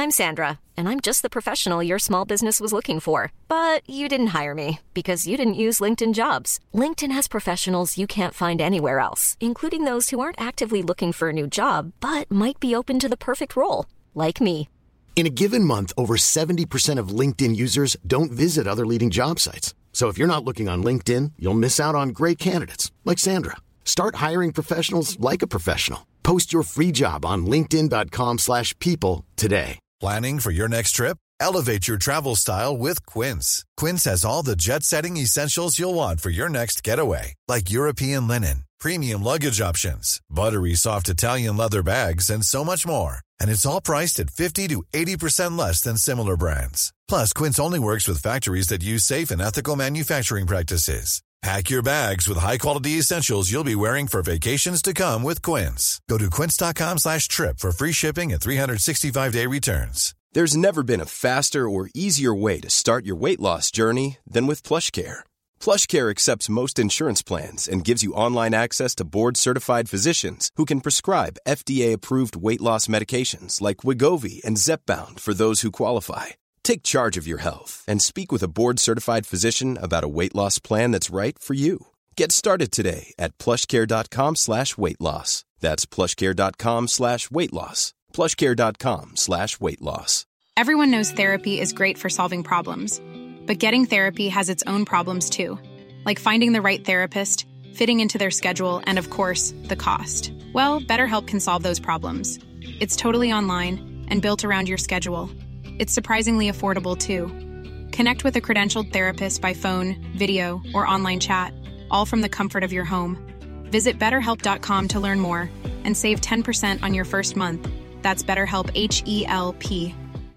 I'm Sandra, and I'm just the professional your small business was looking for. But you didn't hire me because you didn't use LinkedIn Jobs. LinkedIn has professionals you can't find anywhere else, including those who aren't actively looking for a new job, but might be open to the perfect role, like me. In a given month, over 70% of LinkedIn users don't visit other leading job sites. So if you're not looking on LinkedIn, you'll miss out on great candidates like Sandra. Start hiring professionals like a professional. Post your free job on linkedin.com/people today. Planning for your next trip? Elevate your travel style with Quince. Quince has all the jet-setting essentials you'll want for your next getaway, like European linen, premium luggage options, buttery soft Italian leather bags, and so much more. And it's all priced at 50 to 80% less than similar brands. Plus, Quince only works with factories that use safe and ethical manufacturing practices. Pack your bags with high-quality essentials you'll be wearing for vacations to come with Quince. Go to quince.com/trip for free shipping and 365-day returns. There's never been a faster or easier way to start your weight loss journey than with PlushCare. PlushCare accepts most insurance plans and gives you online access to board-certified physicians who can prescribe FDA-approved weight loss medications like Wegovy and Zepbound for those who qualify. Take charge of your health and speak with a board-certified physician about a weight loss plan that's right for you. Get started today at plushcare.com/weight-loss. That's plushcare.com/weight-loss. plushcare.com/weight-loss. Everyone knows therapy is great for solving problems, but getting therapy has its own problems too, like finding the right therapist, fitting into their schedule, and of course, the cost. Well, BetterHelp can solve those problems. It's totally online and built around your schedule. It's surprisingly affordable too. Connect with a credentialed therapist by phone, video, or online chat, all from the comfort of your home. Visit BetterHelp.com to learn more and save 10% on your first month. That's BetterHelp, H-E-L-P.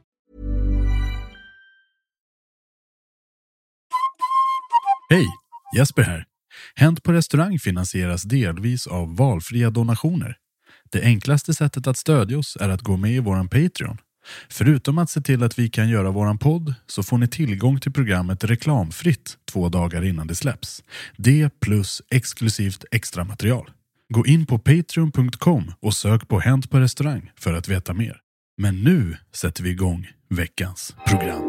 Hej, Jesper här. Hänt på restaurang finansieras delvis av valfria donationer. Det enklaste sättet att stödja oss är att gå med i våran Patreon. Förutom att se till att vi kan göra våran podd så får ni tillgång till programmet reklamfritt 2 dagar innan det släpps. Det plus exklusivt extra material. Gå in på patreon.com och sök på Hänt på restaurang för att veta mer. Men nu sätter vi igång veckans program.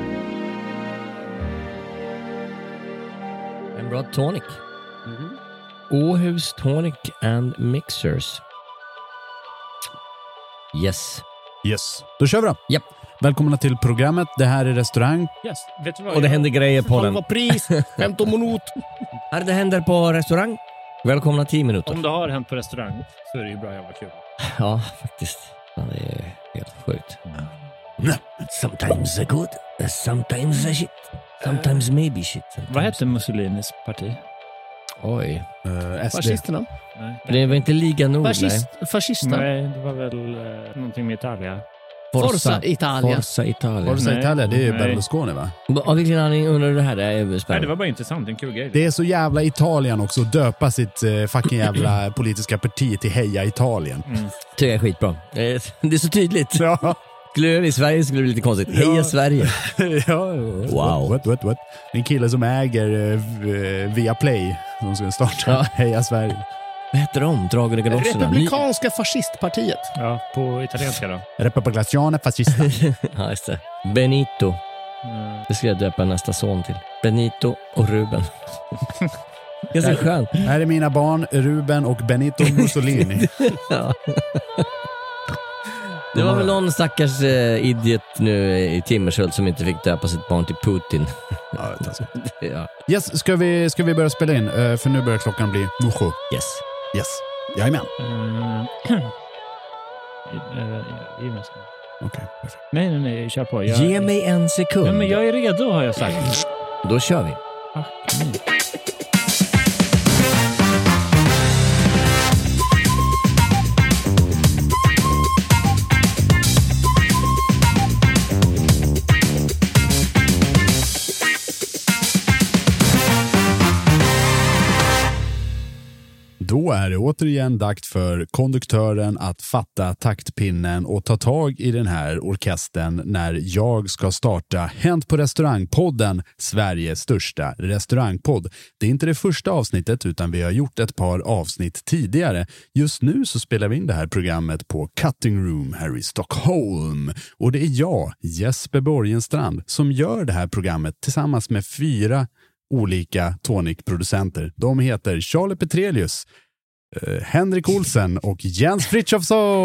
En bra tonic. Åhus Tonic and Mixers. Yes. Yes, då kör vi då. Japp. Välkomna till programmet. Det här är restaurang. Yes. Vet du vad Och det händer grejer på den. Vad pris? 15 minut. Här det händer på restaurang. Välkomna 10 minuter. Om det har hänt på restaurang så är det ju bra jävla kul. Ja, faktiskt. Ja, det är helt sjukt. Sometimes a good, sometimes a shit. Sometimes maybe shit. Sometimes. Vad hette Mussolinis parti? Oj. SD. Fascisterna? Nej. Det var inte Liga Nord, Fascister? Nej, det var väl någonting med Italia. Forza Italia. Forza Italia. Forza Italia, det är ju Nej. Berlusconi, va? Av vilken anledning undrar det här? Det är Nej, spännande. det var bara intressant, en kul grej. Det är så jävla Italien också att döpa sitt fucking jävla politiska parti till Heja Italien. Tycker jag är skitbra. Det är så tydligt. Ja. Skulle i Sverige skulle det bli lite konstigt. Heja Sverige. Ja. Wow. What? Det är en kille som äger Viaplay som ska starta Ja. Heja Sverige. Vad heter de? Dragen i galoscherna? Republikanska fascistpartiet. Ja, på italienska då. Republicazione fascista. Ja, just det. Benito. Det ska jag döpa nästa son till. Benito och Ruben. Ganska skönt. Här är mina barn, Ruben och Benito Mussolini. Ja. Det var väl någon stackars idiot nu i Timmershult som inte fick döpa sitt barn till Putin. Ja, alltså. Ja. Yes, ska vi börja spela in? För nu börjar klockan bli mucho. Yes. Yes, jajamän. Okej, perfekt. Nej, kör på. Ge mig en sekund. Ja, men jag är redo, har jag sagt. Då kör vi. Då Då är det återigen dags för konduktören att fatta taktpinnen och ta tag i den här orkestern när jag ska starta Hänt på restaurangpodden, Sveriges största restaurangpodd. Det är inte det första avsnittet utan vi har gjort ett par avsnitt tidigare. Just nu så spelar vi in det här programmet på Cutting Room här i Stockholm. Och det är jag, Jesper Borgenstrand, som gör det här programmet tillsammans med 4 olika tonicproducenter. De heter Charlie Petrelius, Henrik Olsen och Jens Frithiofsson.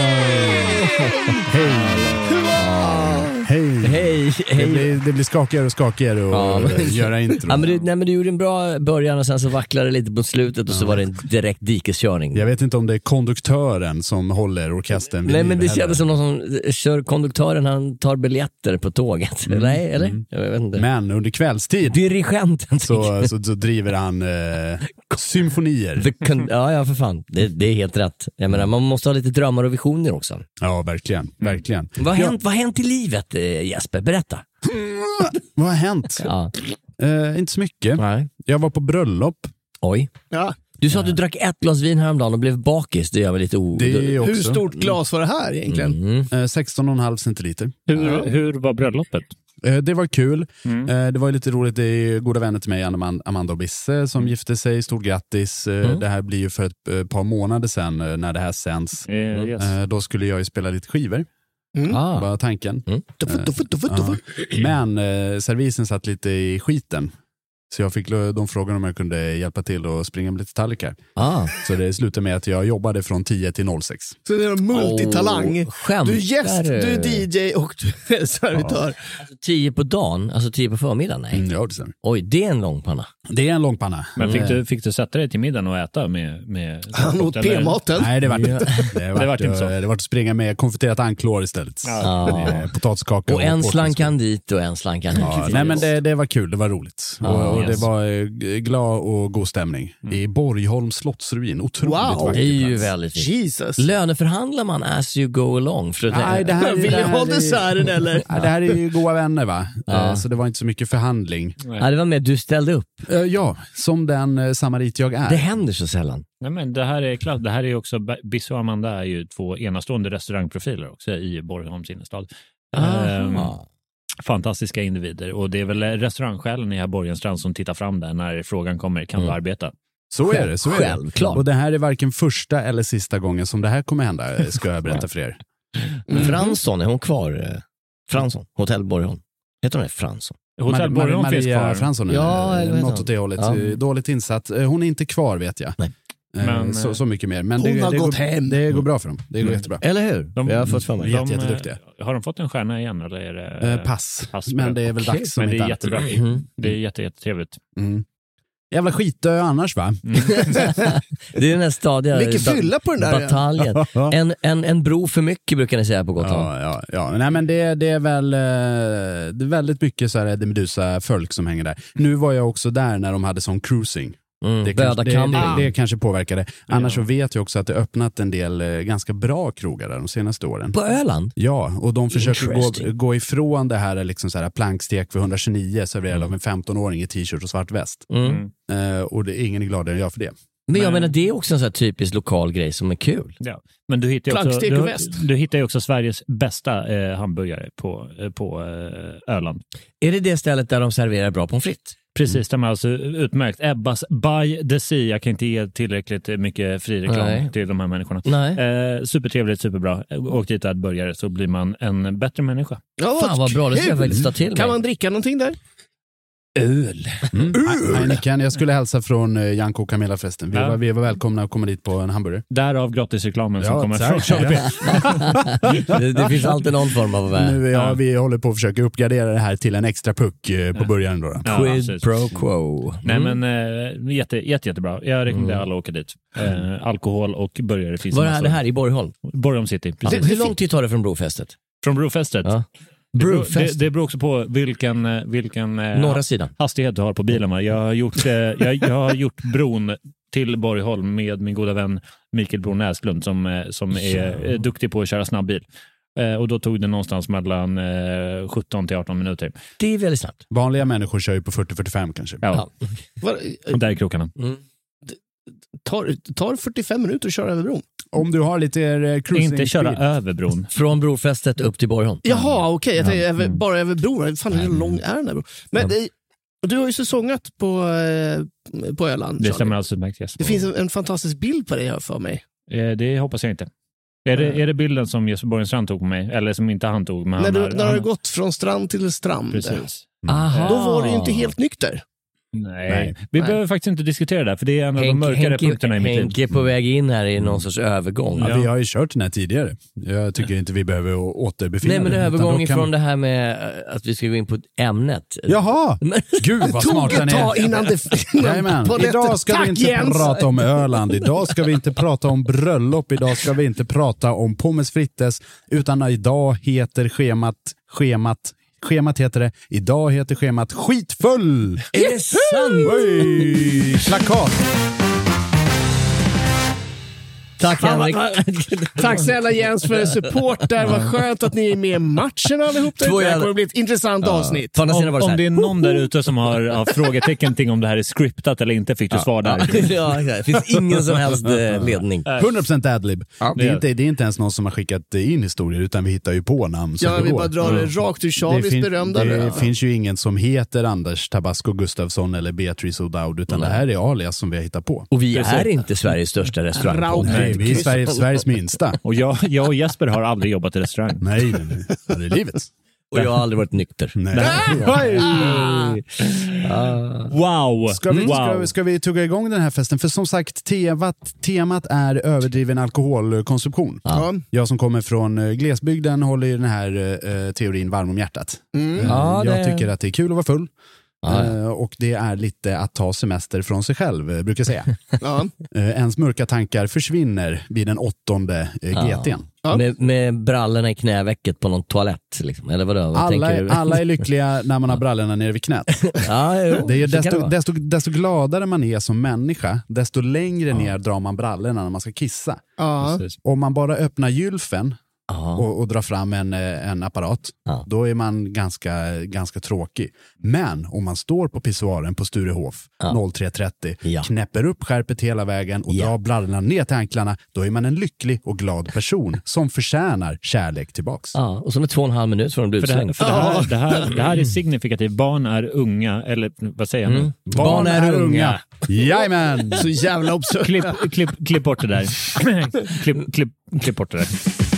Hej. Det blir skakigare och skakigare att göra intro. Ja, men du gjorde en bra början och sen så vacklade det lite på slutet och så var det en direkt dikeskörning. Jag vet inte om det är konduktören som håller orkestern vid. Nej, men det kändes som någon som kör konduktören, han tar biljetter på tåget. Nej, eller? Jag vet inte. Men under kvällstid dirigenten så driver han symfonier. Ja, för fan. Det är helt rätt. Jag menar, man måste ha lite drömmar och visioner också. Ja, verkligen. Vad har hänt i livet, Jesper? Berätta. Vad har hänt? Ja. Inte så mycket. Nej. Jag var på bröllop. Oj. Ja. Du sa att du drack 1 glas vin häromdagen och blev bakis. Det gör väl lite Hur stort glas var det här egentligen? 16,5 centiliter. Hur var bröllopet? Det var kul. Det var lite roligt. Det är goda vänner till mig, Amanda och Bisse, som gifte sig. Stort grattis. Det här blir ju för ett par månader sedan när det här sänds. Yes. Då skulle jag ju spela lite skivor. Var tanken. Men servisen satt lite i skiten. Så jag fick de frågan om jag kunde hjälpa till och springa med lite tallrikar. Så det slutade med att jag jobbade från 10 till 06. Så det är en multitalang. Du är gäst, du är DJ och du är servitör. Alltså 10 på dagen, alltså 10 på förmiddagen? Nej. Ja, det stämmer. Oj, det är en lång panna. Det är en lång panna. Men fick du sätta dig till middagen och äta med han åt p-maten? Nej, det var inte. Det var inte så. Det var att springa med konfiterat anklor istället. Potatiskaka och en slankan dit och en slankan hit. Nej, men det var kul, det var roligt. Och det var glad och god stämning. I Borgholms slottsruin. Otroligt vackert. Det är ju väldigt fint. Jesus. Löneförhandlar man as you go along? Nej, det här vill ni ha desserten eller? Nej, det här är ju goda vänner, va? Så det var inte så mycket förhandling. Ja, det var med du ställde upp. Ja, som den samarit jag är. Det händer så sällan. Nej, men det här är klart. Det här är också Bisse och Amanda är ju 2 enastående restaurangprofiler också i Borgholms innerstad. Fantastiska individer, och det är väl restaurangsjälen i här Borgenstrand som tittar fram där när frågan kommer, kan du arbeta? Så är det, Självklart. Och det här är varken första eller sista gången som det här kommer hända, ska jag berätta för er. Fransson, är hon kvar? Fransson, Hotell Borgholm. Heter hon det? Fransson? Hotell Borgholm finns kvar. Fransson, något åt det hållet. Dåligt insatt. Hon är inte kvar, vet jag. Nej. Men, så mycket mer. Men hon har gått hem. Det går bra för dem. Det går jättebra. Eller hur? Jag har fått för mig. Jätteduktiga. Har de fått en stjärna igen? Eller är det, pass. Men det är väl dags. Men det är jättebra. Det är jättetrevligt. Jävla skitö annars, va? Det är den här stadiga mycket fylla på den där bataljen. En bro för mycket brukar ni säga på Gotland. Ja. Nej, men det är väl det är väldigt mycket så här Eddie Meduza folk som hänger där. Nu var jag också där när de hade sån cruising. Det kanske påverkade. Annars så vet jag också att det öppnat en del ganska bra krogar där de senaste åren. På Öland? Ja, och de försöker gå ifrån det här liksom så här plankstek för 129 serverad av en 15-åring i t-shirt och svart väst. Och det är ingen gladare än jag för det. Men jag menar, det är också en sån här typisk lokal grej som är kul. Ja. Men du hittar ju också Sveriges bästa hamburgare på Öland. Är det stället där de serverar bra pommes frites? Precis, det är alltså utmärkt. Ebbas by the sea. Jag kan inte ge tillräckligt mycket fri reklam till de här människorna. Supertrevligt, superbra. Åk dit och ät burgare så blir man en bättre människa. Fan vad bra, det ska jag faktiskt ta till mig. Kan man dricka någonting där? Öl. Heineken, jag skulle hälsa från Janko och Camilla förresten. Vi var välkomna att komma dit på en hamburgare. Därav gratisreklamen som kommer från Charlie. Det finns alltid någon form av vi håller på att försöka uppgradera det här till en extra puck på början då. Quid pro quo. Nej, men jättebra. Jag rekommenderar alla att åka dit. Alkohol och burgare finns. Var är det här i Borgholm? Borgholm City. Precis. Hur lång tid tar det från brofästet? Från brofästet? Ja. Det beror också på vilken norra sidan hastighet du har på bilen. Jag har gjort bron till Borgholm med min goda vän Mikael Bror Näslund som är duktig på att köra snabbbil. Och då tog det någonstans mellan 17 till 18 minuter. Det är väldigt snabbt. Vanliga människor kör ju på 40-45 kanske. Ja. Där är krokarna. tar 45 minuter att köra över bron. Om du har lite cruising. Inte köra över bron. Från brofästet upp till Borgholm. Jaha, okej. Jag tänkte bara över bron. Fan, hur lång är den där bron? Men du har ju säsongat på Öland. Det stämmer alltså utmärkt. Yes. Det finns en fantastisk bild på dig här för mig. Det hoppas jag inte. Är det bilden som Jesper Borgenstrand tog på mig? Eller som inte han tog? Men när du har gått från strand till strand. Precis. Då var du ju inte helt nykter. Nej. Vi behöver faktiskt inte diskutera det, för det är en av de mörkare punkterna i mitt liv. Henke är på väg in här i någon sorts övergång. Ja, vi har ju kört den här tidigare. Jag tycker inte vi behöver återbefinna. Nej, men övergång ifrån det här med att vi ska gå in på ämnet. Jaha! Gud vad smart den är. Innan idag ska vi inte prata om Öland. Idag ska vi inte prata om bröllop. Idag ska vi inte prata om pommes frites. Utan idag heter schemat heter det. Idag heter schemat skitfull. Är det sant? Oj, plakat. Tack Henrik. Tack snälla Jens för support där. Vad skönt att ni är med i matchen allihop. Det kommer bli ett intressant avsnitt. Om det är någon där ute som har frågetecken ting om det här är scriptat eller inte, fick du svar där. Det finns ingen som helst ledning. 100% adlib. Det är inte ens någon som har skickat in historier, utan vi hittar ju på namn. Vi bara drar det rakt ur Charlies berömda. Det finns ju ingen som heter Anders Tabasco Gustafsson eller Beatrice O'Dowd, utan det här är alias som vi har hittat på. Och vi är inte Sveriges största restaurang. Nej, vi är Sveriges minsta. Och jag och Jesper har aldrig jobbat i restaurang. Nej. Det är livet. Och jag har aldrig varit nykter. Wow! Ska vi tugga igång den här festen? För som sagt, temat är överdriven alkoholkonsumtion. Jag som kommer från glesbygden håller ju den här teorin varm om hjärtat. Jag tycker att det är kul att vara full. Och det är lite att ta semester från sig själv, brukar jag säga. Ens mörka tankar försvinner vid den 8:e GT:n. Med brallorna i knävecket på någon toalett liksom. Eller vadå? Alla är lyckliga när man har brallorna nere vid knät. Det är desto gladare man är som människa, desto längre ner drar man brallorna när man ska kissa. Om man bara öppnar gylfen och drar fram en apparat, då är man ganska tråkig. Men om man står på pissoaren på Sturehof 03.30, knäpper upp skärpet hela vägen och drar brallorna ner till anklarna, då är man en lycklig och glad person som förtjänar kärlek tillbaks. Och som är 2,5 minuter från en blutsläng. Det här är signifikativt. Barn är unga, eller vad säger jag nu? Barn är unga. Jajamän! Så jävla absurt. Klipp bort det där. Klipp bort det där.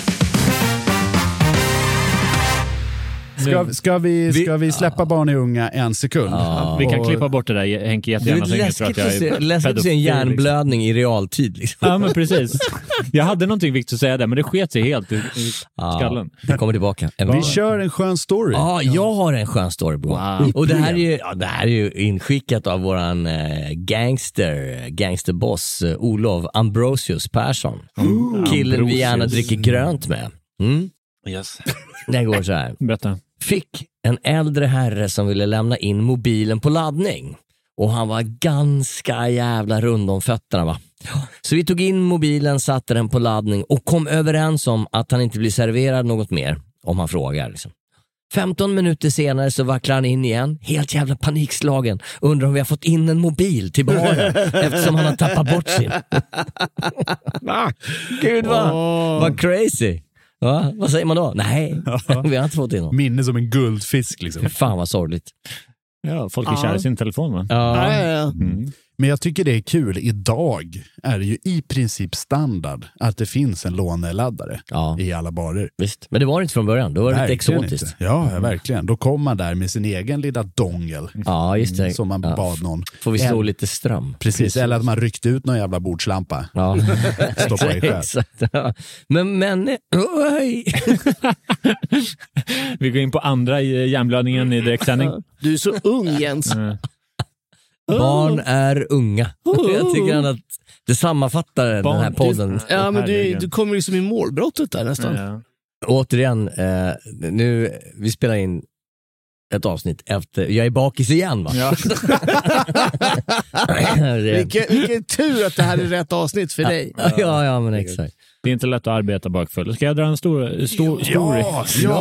Ska vi släppa barn i unga en sekund? Vi kan klippa bort det där, Henke, jättegärna. Det är läskigt att se en hjärnblödning i realtid. Liksom. Ja, men precis. Jag hade någonting viktigt att säga där, men det sket sig helt i skallen. Det kommer tillbaka. Vi kör en skön story. Jag har en skön story. Och det här är ju inskickat av våran gangsterboss Olof Ambrosius Persson. Killen vi gärna dricker grönt med. Yes. Det går så här. Berätta. Fick en äldre herre som ville lämna in mobilen på laddning. Och han var ganska jävla rund om fötterna, va? Så vi tog in mobilen, satte den på laddning och kom överens om att han inte blir serverad något mer om han frågar. Liksom. 15 minuter senare så vacklar han in igen, helt jävla panikslagen. Undrar om vi har fått in en mobil till baren eftersom han har tappat bort sin. Gud vad crazy. Vad säger man då? Nej, vi har inte fått in någon. Minne som en guldfisk liksom. Fan vad sorgligt. Ja, folk är kära i sin telefon, va? Men jag tycker det är kul. Idag är det ju i princip standard att det finns en låneladdare i alla barer. Visst, men det var inte från början. Då var det lite exotiskt. Inte. Ja, verkligen. Då kom man där med sin egen lilla dongel. Ja, just det. Som man bad någon. Får vi slå lite ström. Precis, eller att man ryckte ut någon jävla bordslampa. Ja. Stoppa i själv. Exakt. Ja. Men vi går in på andra hjärnblödningen i direktsändning. Du är så ung, Jens. Barn är unga. Jag tycker att det sammanfattar den här podden. Ja, men du kommer liksom i målbrottet där nästan. Ja. Återigen, nu vi spelar in ett avsnitt efter. Jag är bakis igen, va? Ja. Vilken tur att det här är rätt avsnitt för dig. Ja, men exakt. Det är inte lätt att arbeta bakfull. Ska jag dra en story?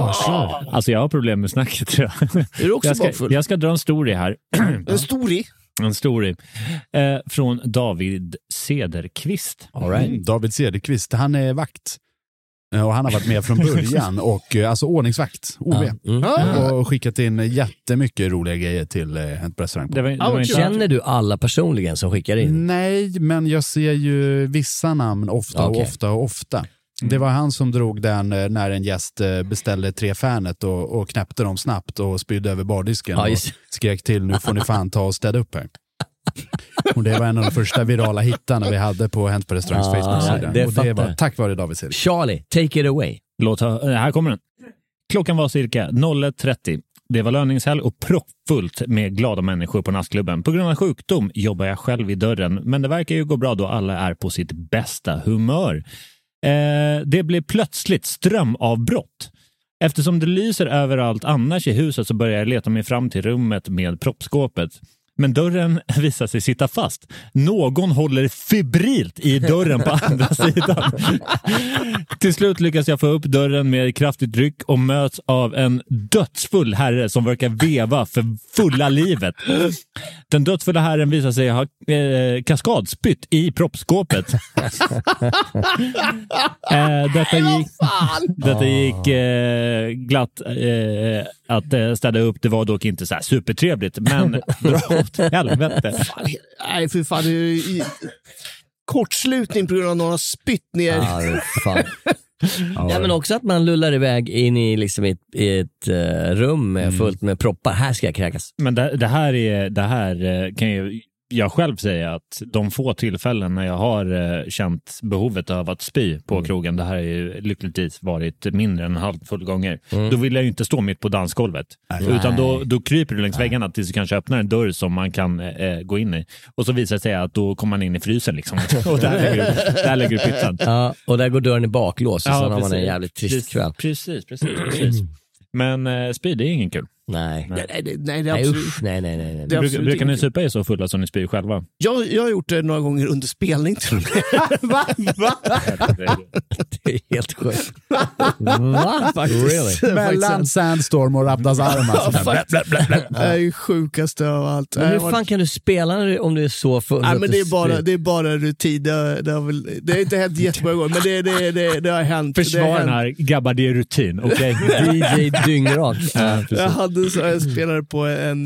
Ja. Alltså jag har problem med snacket, tror jag. Är du också bakfull? Jag ska dra en story här. En story? En story. Från David Cederqvist. All right. David Cederqvist, han är vakt. Och han har varit med från början och alltså ordningsvakt, OB. Och skickat in jättemycket roliga grejer till Hänt på restaurang. Känner du alla personligen som skickar in? Nej, men jag ser ju vissa namn ofta. Det var han som drog den när en gäst beställde 3 Fernet och knäppte dem snabbt och spydde över bardisken och skrek till, nu får ni fan ta och städa upp här. Och det var en av de första virala hittarna vi hade på Hänt på restaurangs Facebook-sida. Och det var tack vare David Cederqvist. Charlie, take it away. Här kommer den. Klockan var cirka 01:30. Det var löningshelg och proppfullt med glada människor på nattklubben. På grund av sjukdom jobbar jag själv i dörren, men det verkar ju gå bra då alla är på sitt bästa humör. Det blev plötsligt strömavbrott. Eftersom det lyser överallt annars i huset så börjar jag leta mig fram till rummet med proppskåpet. Men dörren visar sig sitta fast. Någon håller febrilt i dörren på andra sidan. Till slut lyckas jag få upp dörren med kraftigt tryck och möts av en dödsfull herre som verkar veva för fulla livet. Den dödsfulla herren visar sig ha kaskadspytt i proppskåpet. Detta gick glatt att städa upp. Det var dock inte så här supertrevligt, men dra åt helvete. Nej, för fan, det är ju kortslutning på grund av några spytt ner. Ja, fan. Ja, men också att man lullar iväg in i liksom ett rum fullt med proppar. Här ska jag kräkas. Men det här kan ju jag själv säga att de få tillfällen när jag har känt behovet av att spy på krogen, det här har ju lyckligtvis varit mindre än en halvfull gånger. Då vill jag ju inte stå mitt på dansgolvet. Utan då kryper du längs väggarna tills du kanske öppnar en dörr som man kan gå in i. Och så visar det sig att då kommer man in i frysen liksom. Och där lägger du pizzan. Ja, och där går dörren i baklås och sen har man en jävligt trist kväll. Precis. Men spy, det är ingen kul. Nej, det är absolut. Nej. Brukar ni supa er så fulla som ni spyr själva? Jag har gjort det några gånger under spelning. Va? Det är helt sjukt. Va? Really? Mellan Sandstorm och Rabdas armar. Det är ju sjukaste av allt. Men hur fan kan du spela om du är så full? Nej, men det är bara rutin. Det har inte hänt jättemånga gånger, men det har hänt. Försvaren här, grabbar, det är rutin. Okay? DJ Dyngrak. Jag spelade på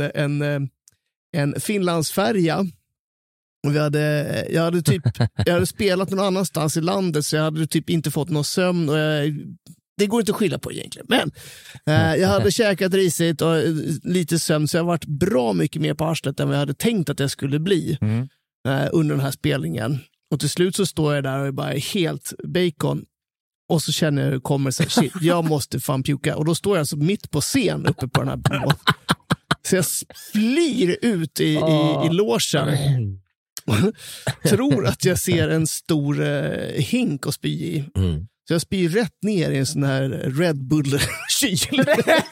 en Finlandsfärja. Och jag hade spelat någon annanstans i landet, så jag hade typ inte fått någon sömn. Och det går inte att skylla på egentligen. Men jag hade käkat risigt och lite sömn, så jag har varit bra mycket mer på arslet än vad jag hade tänkt att jag skulle bli under den här spelningen. Och till slut så står jag där och är bara helt bacon. Och så känner jag hur det kommer så här, shit, jag måste fan puka. Och då står jag alltså mitt på scen uppe på den här båten. Så jag flyr ut i logen. Tror att jag ser en stor hink att spy i. Så jag spyr rätt ner i en sån här Red Bull-kyl.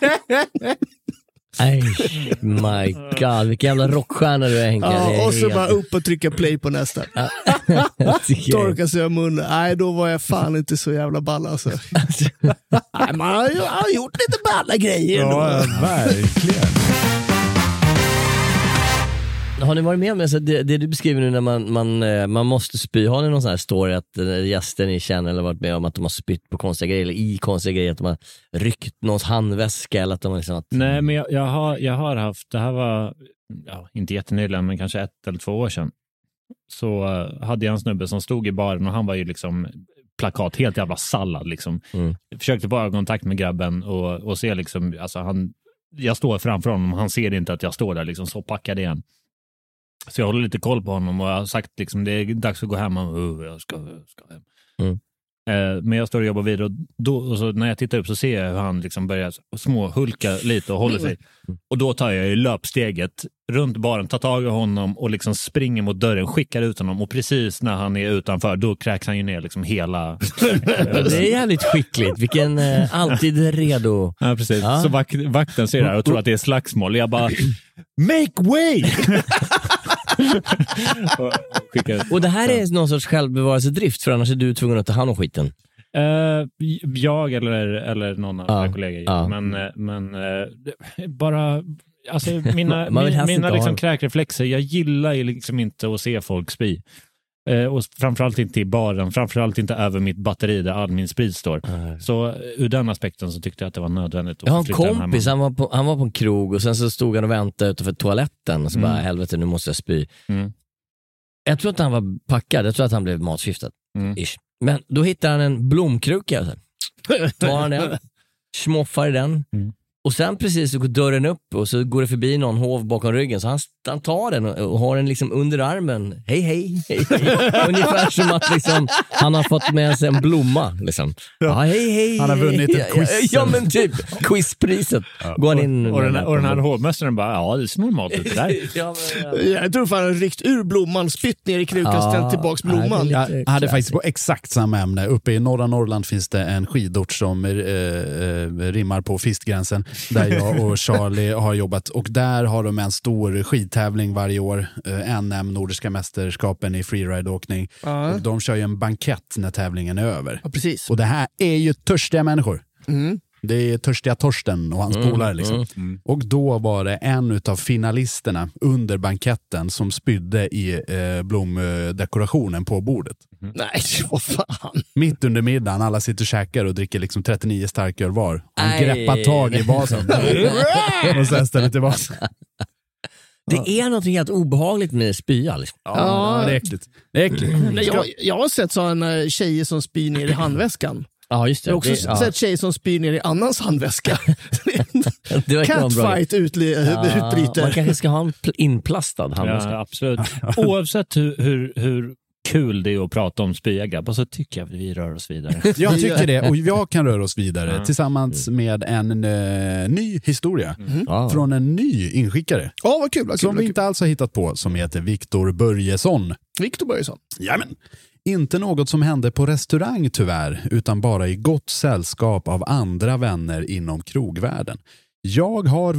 My God, vilken jävla rockstjärna du är, Henke. Ja, och så bara upp och trycka play på nästa. Torka sig av munnen. Nej, då var jag fan inte så jävla ball alltså. Nej, man har gjort lite balla grejer ändå. Ja, verkligen. Har ni varit med om det du beskriver nu när man måste spy? Har ni någon sån här story att gäster ni känner eller varit med om att de har spytt på konstiga grejer eller i konstiga grejer, att de har ryckt någons handväska eller att de har liksom Nej, men jag har haft, det här var inte jättenyligen, men kanske 1 eller 2 år sedan, så hade jag en snubbe som stod i baren och han var ju liksom plakat, helt jävla sallad liksom. Försökte få ögonkontakt med grabben och se liksom, alltså jag står framför honom och han ser inte att jag står där liksom, så packad igen. Så jag håller lite koll på honom och jag har sagt liksom, det är dags att gå hem. Jag ska hem. Men jag står och jobbar vidare och så när jag tittar upp så ser jag hur han liksom börjar småhulka lite och håller sig. Och då tar jag ju löpsteget runt baren, tar tag i honom och liksom springer mot dörren, skickar ut honom och precis när han är utanför, då kräks han ju ner liksom hela... Det är jävligt skickligt, vilken alltid redo. Ja, precis. Ja. Så vakten ser det här och tror att det är slagsmål. Jag bara, make way! Och det här är någon sorts självbevarelsedrift, för annars är du tvungen att ta hand om skiten. Jag eller någon av mina kollegor. Men bara Alltså, mina liksom kräkreflexer, jag gillar ju liksom inte att se folk spy. Och framförallt inte i baren, framförallt inte över mitt batteri där all min sprit står. Så ur den aspekten så tyckte jag att det var nödvändigt att jag har en kompis, han var på en krog och sen så stod han och väntade utanför toaletten och så bara, helvete, nu måste jag spy. Jag tror att han var packad, jag tror att han blev matskiftad. Men då hittade han en blomkruka, tar han den, smoffar i den. Och sen precis så går dörren upp och så går det förbi någon hov bakom ryggen, så han tar den och har den liksom under armen. Hej. Ungefär som att liksom, han har fått med sig en blomma. Liksom. Hej. Han har vunnit ett quiz. Ja, men typ quizpriset. Går han in och den här hovmästaren bara, det ser normalt ut det där. Jag tror fan han ryckt ur blomman, spytt ner i krukan, ställt tillbaks blomman. Jag hade faktiskt på exakt samma ämne. Uppe i norra Norrland finns det en skidort som rimmar på Fistgränsen, där jag och Charlie har jobbat, och där har de en stor skidtävling varje år, NM, Nordiska mästerskapen i freeride-åkning, och de kör ju en bankett när tävlingen är över. Ja, precis. Och det här är ju törstiga människor. Det är törstiga Torsten och hans polare liksom. Och då var det en utav finalisterna under banketten som spydde i blomdekorationen på bordet. Nej, vad fan. Mitt under middagen, alla sitter och käkar och dricker liksom 39 starköl var. Han greppar tag i vasen och sen ställer till vasen. Det är något helt obehagligt med spya. Liksom. Ja, det är äckligt. Jag har sett sådana tjejer som spyr ner i handväskan. Ja, just det. Jag har också sett tjejer som spyr ner i annans handväska. Catfight utbryter. Man kanske ska ha en inplastad handväska. Ja, absolut. Oavsett hur kul det är att prata om spyagrabb, så tycker jag att vi rör oss vidare. Jag tycker det, och jag kan röra oss vidare tillsammans med en ny historia från en ny inskickare. Ja, vad kul. Som vi inte alls har hittat på, som heter Viktor Börjesson. Viktor Börjesson? Jamen. Inte något som hände på restaurang tyvärr, utan bara i gott sällskap av andra vänner inom krogvärlden. Jag har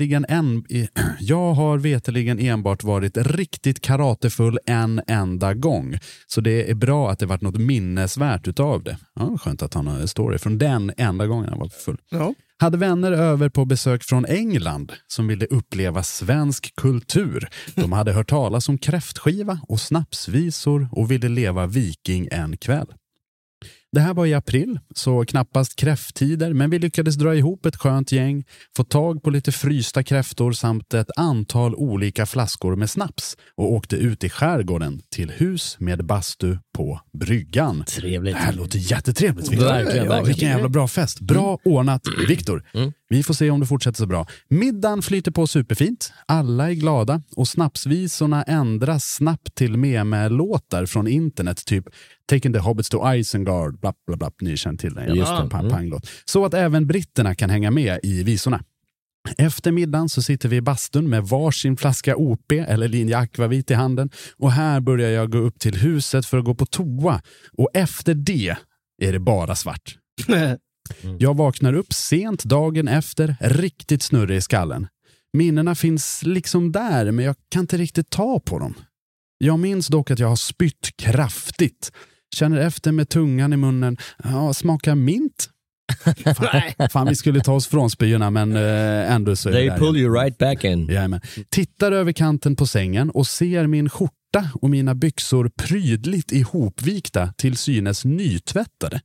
veterligen enbart varit riktigt karatefull en enda gång. Så det är bra att det varit något minnesvärt utav det. Ja, skönt att han har en story från den enda gången han var full. Ja. Hade vänner över på besök från England som ville uppleva svensk kultur. De hade hört talas om kräftskiva och snapsvisor och ville leva viking en kväll. Det här var i april, så knappast kräfttider, men vi lyckades dra ihop ett skönt gäng, få tag på lite frysta kräftor samt ett antal olika flaskor med snaps och åkte ut i skärgården till hus med bastu på bryggan. Trevligt. Det här låter jättetrevligt, Viktor. Verkligen. Vilken jävla bra fest. Bra ordnat, Viktor. Vi får se om det fortsätter så bra. Middagen flyter på superfint. Alla är glada och snapsvisorna ändras snabbt till meme-låtar från internet, typ Taking the Hobbits to Isengard, bla bla bla, ni känner till den. Just det. Panglåt. Så att även britterna kan hänga med i visorna. Efter middagen så sitter vi i bastun med varsin flaska OP eller linje akvavit i handen, och här börjar jag gå upp till huset för att gå på toa, och efter det är det bara svart. Jag vaknar upp sent dagen efter, riktigt snurrig i skallen. Minnena finns liksom där, men jag kan inte riktigt ta på dem. Jag minns dock att jag har spytt kraftigt. Känner efter med tungan i munnen. Ja, smakar mint. Fan, vi skulle ta oss från spyorna, men ändå så är det They där. pull you right back in. Jajamän. Tittar över kanten på sängen och ser min skjorta och mina byxor prydligt ihopvikta till synes nytvättade.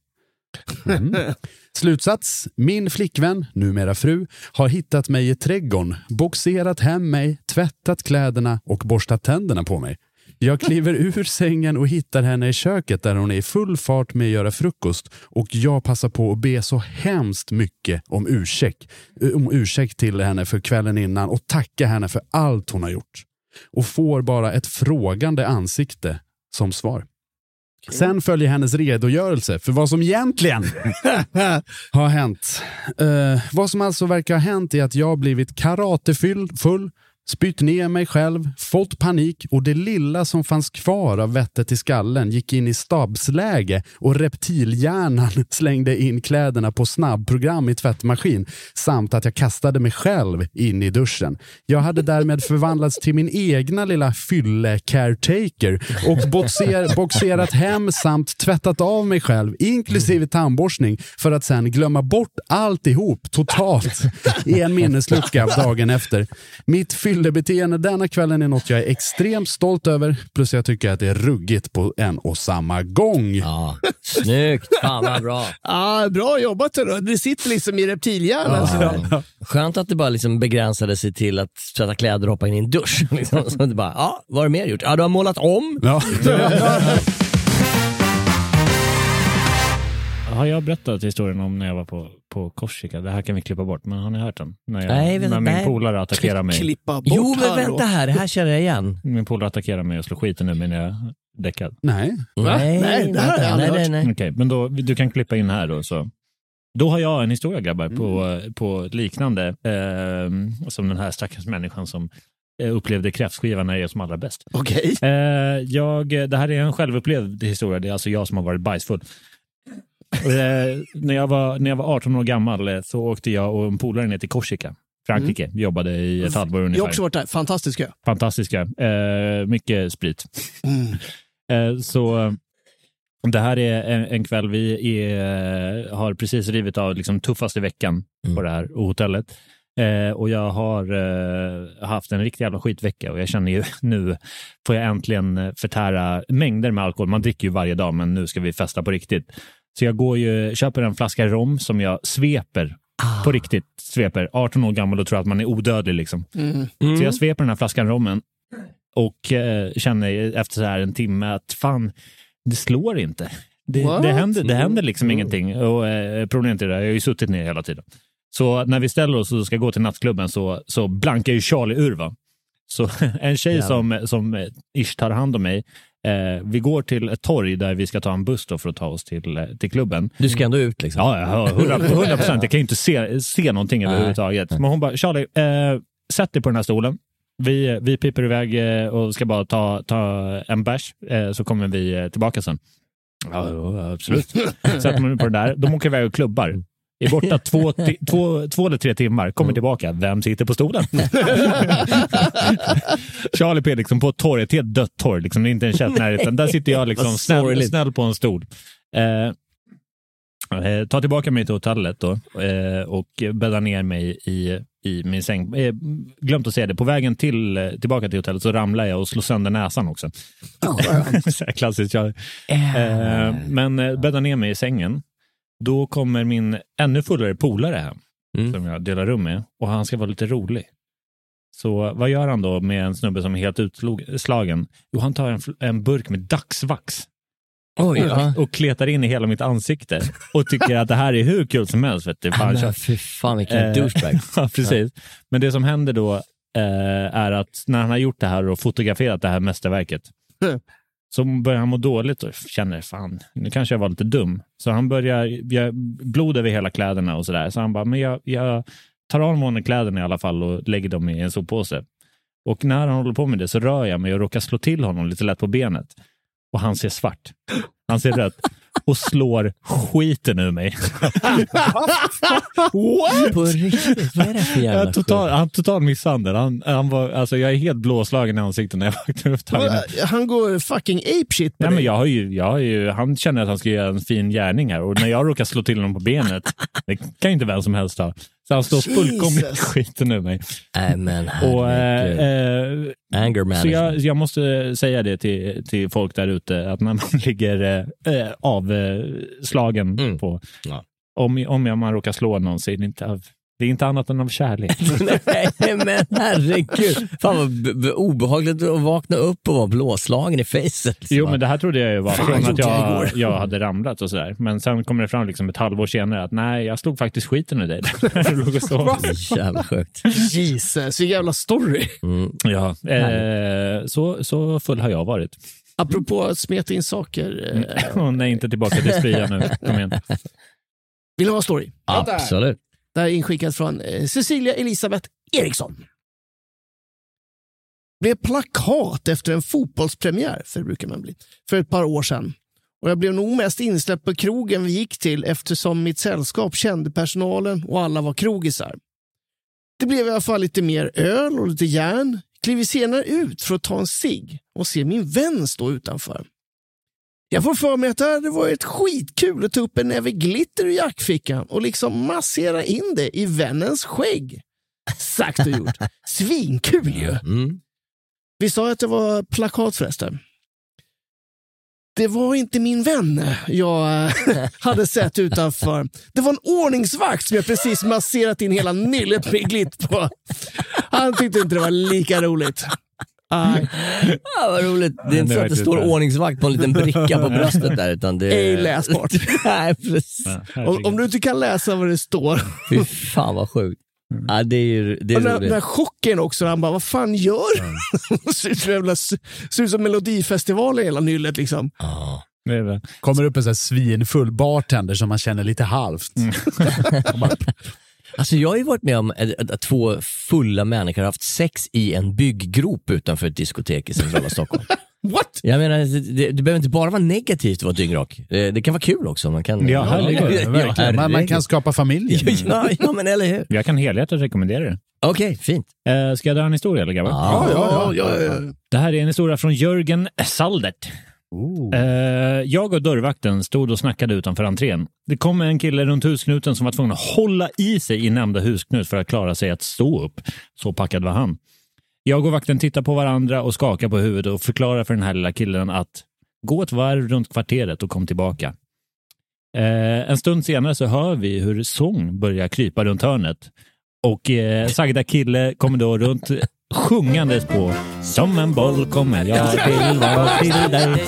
Slutsats: min flickvän, numera fru, har hittat mig i trädgården, boxerat hem mig, tvättat kläderna och borstat tänderna på mig. Jag kliver ur sängen och hittar henne i köket där hon är i full fart med att göra frukost, och jag passar på att be så hemskt mycket om ursäkt till henne för kvällen innan och tacka henne för allt hon har gjort. Och får bara ett frågande ansikte som svar. Sen följer hennes redogörelse för vad som egentligen har hänt. Vad som alltså verkar ha hänt är att jag blivit karatefull, Spytt ner mig själv, fått panik och det lilla som fanns kvar av vettet i skallen gick in i stabsläge och reptilhjärnan slängde in kläderna på snabbprogram i tvättmaskin samt att jag kastade mig själv in i duschen. Jag hade därmed förvandlats till min egna lilla fylle-caretaker och boxerat hem samt tvättat av mig själv inklusive tandborstning för att sen glömma bort alltihop totalt i en minneslucka dagen efter. Mitt fyllebeteende denna kvällen är något jag är extremt stolt över, plus jag tycker att det är ruggigt på en och samma gång. Ja, snyggt, fan vad bra. Ja, bra jobbat då. Det sitter liksom i reptilhjärnan. Ja. Skönt att det bara liksom begränsade sig till att tvätta kläder och hoppa in i en dusch. Liksom. Så det bara, ja, vad har du mer gjort? Ja, du har målat om. Ja. Har jag berättat historien om när jag var på Korsika? Det här kan vi klippa bort, men har ni hört den? När min polare attackerar mig. Klippa bort. Jo, men vänta här, det här känner jag igen. Min polare attackerar mig och slår skiten ur mig när jag däckad. Nej. Nej, det här har jag aldrig hört. Okej, men då, du kan klippa in här då. Så. Då har jag en historia, grabbar, på liknande som den här stackars människan som upplevde kräftskivan när jag är som allra bäst. Okej. Det här är en självupplevd historia. Det är alltså jag som har varit bajsfull. När jag var 18 år gammal så åkte jag och en polare ner till Korsika, Frankrike. Vi jobbade i ett halvår ungefär. Jag har också varit där. Fantastiska. Mycket sprit. Så det här är en kväll vi har precis rivit av liksom tuffaste veckan på det här hotellet. Och jag har haft en riktigt jävla skitvecka och jag känner ju nu får jag äntligen förtära mängder med alkohol. Man dricker ju varje dag, men nu ska vi festa på riktigt. Så jag köper en flaska rom som jag sveper på riktigt. 18 år gammal och tror att man är odödlig liksom. Så jag sveper den här flaskan rommen och känner efter så här en timme att fan, det slår inte. Det händer liksom ingenting. Och problemet är det, jag har ju suttit ner hela tiden. Så när vi ställer oss och ska gå till nattklubben så blankar ju Charlie ur, va? Så en tjej som ish tar hand om mig. Vi går till ett torg där vi ska ta en buss då för att ta oss till klubben. Du ska ändå ut liksom. Ja, 100%. Jag kan ju inte se någonting överhuvudtaget. Men hon bara, Charlie, sätt dig på den här stolen. Vi piper iväg och ska bara ta en bärs, så kommer vi tillbaka sen. Ja, absolut. Sätter man på det där. De åker iväg och klubbar. Är borta 2 eller 3 timmar. Kommer tillbaka. Vem sitter på stolen? Charlie P liksom på ett torg. Ett helt dött torg. Liksom, det är inte en kätt närheten. Där sitter jag liksom snäll på en stol. Ta tillbaka mig till hotellet då. Och bäddar ner mig i min säng. Glömt att säga det. På vägen tillbaka till hotellet så ramlar jag och slår sönder näsan också. Klassiskt. Men bäddar ner mig i sängen. Då kommer min ännu fullare polare hem som jag delar rum med, och han ska vara lite rolig. Så vad gör han då med en snubbe som är helt utslagen? Jo, han tar en burk med dagsvax och kletar in i hela mitt ansikte och tycker att det här är hur kul som helst. Fy fan, vilken douchebag. Ja, precis. Men det som händer då är att när han har gjort det här och fotograferat det här mästerverket så börjar han må dåligt och känner, fan, nu kanske jag var lite dum. Så han börjar blod över hela kläderna och sådär. Så han bara, men jag tar av honom kläderna i alla fall och lägger dem i en soppåse. Och när han håller på med det så rör jag mig och råkar slå till honom lite lätt på benet. Och han ser svart. Han ser rött. Och slår skiten ur mig. What? På riktigt? Vad är det för jävla total misshandel. Han var, alltså jag är helt blåslagen i ansiktet när jag vaknar upp. Han går fucking apeshit på dig. Men han känner att han ska göra en fin gärning här. Och när jag råkar slå till honom på benet, det kan inte vem som helst ha. Så han står fullkomligt skiten ur mig. Men anger management. Så jag måste säga det till folk där ute, att när man ligger avslagen på, om man råkar slå någon, så är det är inte annat än av kärlek. Nej, men herregud. Fan vad obehagligt att vakna upp och vara blåslagen i facet. Jo, men det här trodde jag ju var från att jag hade ramlat och sådär. Men sen kommer det fram liksom ett halvår senare att nej, jag slog faktiskt skiten i dig. Jävla sjukt. Jesus, så jävla story. Ja, så full har jag varit. Apropå att smeta in saker. Nej, inte tillbaka till spya nu. Kom igen. Vill du ha en story? Absolut. Det här är inskickat från Cecilia Elisabeth Eriksson. blev plakat efter en fotbollspremiär, för det brukar man bli, för ett par år sedan. Och jag blev nog mest insläppt på krogen vi gick till eftersom mitt sällskap kände personalen och alla var krogisar. Det blev i alla fall lite mer öl och lite järn. Kliver senare ut för att ta en cigg och se min vän stå utanför. Jag får för mig att det hade varit skitkul att ta upp en näve glitter i jackfickan och liksom massera in det i vännens skägg. Sagt och gjort. Svinkul ju. Vi sa att det var plakat förresten. Det var inte min vän jag hade sett utanför. Det var en ordningsvakt som jag precis masserat in hela nyllet med glitt på. Han tyckte inte det var lika roligt. Vad roligt. Det är inte så att det står ordningsvakt på en liten bricka på bröstet där, utan det är läsbart. Nej, precis. Om du inte kan läsa vad det står. Fy fan vad sjukt. Ja, det är roligt. Den här chocken också, han bara, vad fan gör du? Ser ut som Melodifestivalen hela nyllet liksom. Kommer upp en sån här svinfull bartender som man känner lite halvt. Alltså jag har ju varit med om att 2 fulla människor har haft sex i en bygggrop utanför ett diskotek i centrala Stockholm. What? Jag menar, det behöver inte bara vara negativt att vara dyngrak. Det kan vara kul också. Man kan, verkligen. Man kan skapa familjer. Ja, men eller hur? Jag kan helhjärtat rekommendera det. Okej, fint. Ska jag dra en historia, eller grabbar? Ja. Det här är en historia från Jörgen Saldert. Jag och dörrvakten stod och snackade utanför entrén. Det kom en kille runt husknuten som var tvungen att hålla i sig i nämnda husknut för att klara sig att stå upp. Så packad var han. Jag och vakten tittar på varandra och skakar på huvudet och förklarar för den här lilla killen att gå ett varv runt kvarteret och kom tillbaka. En stund senare så hör vi hur sång börjar krypa runt hörnet. Och sagda kille kommer då runt sjungandes på som en boll kommer jag till dig.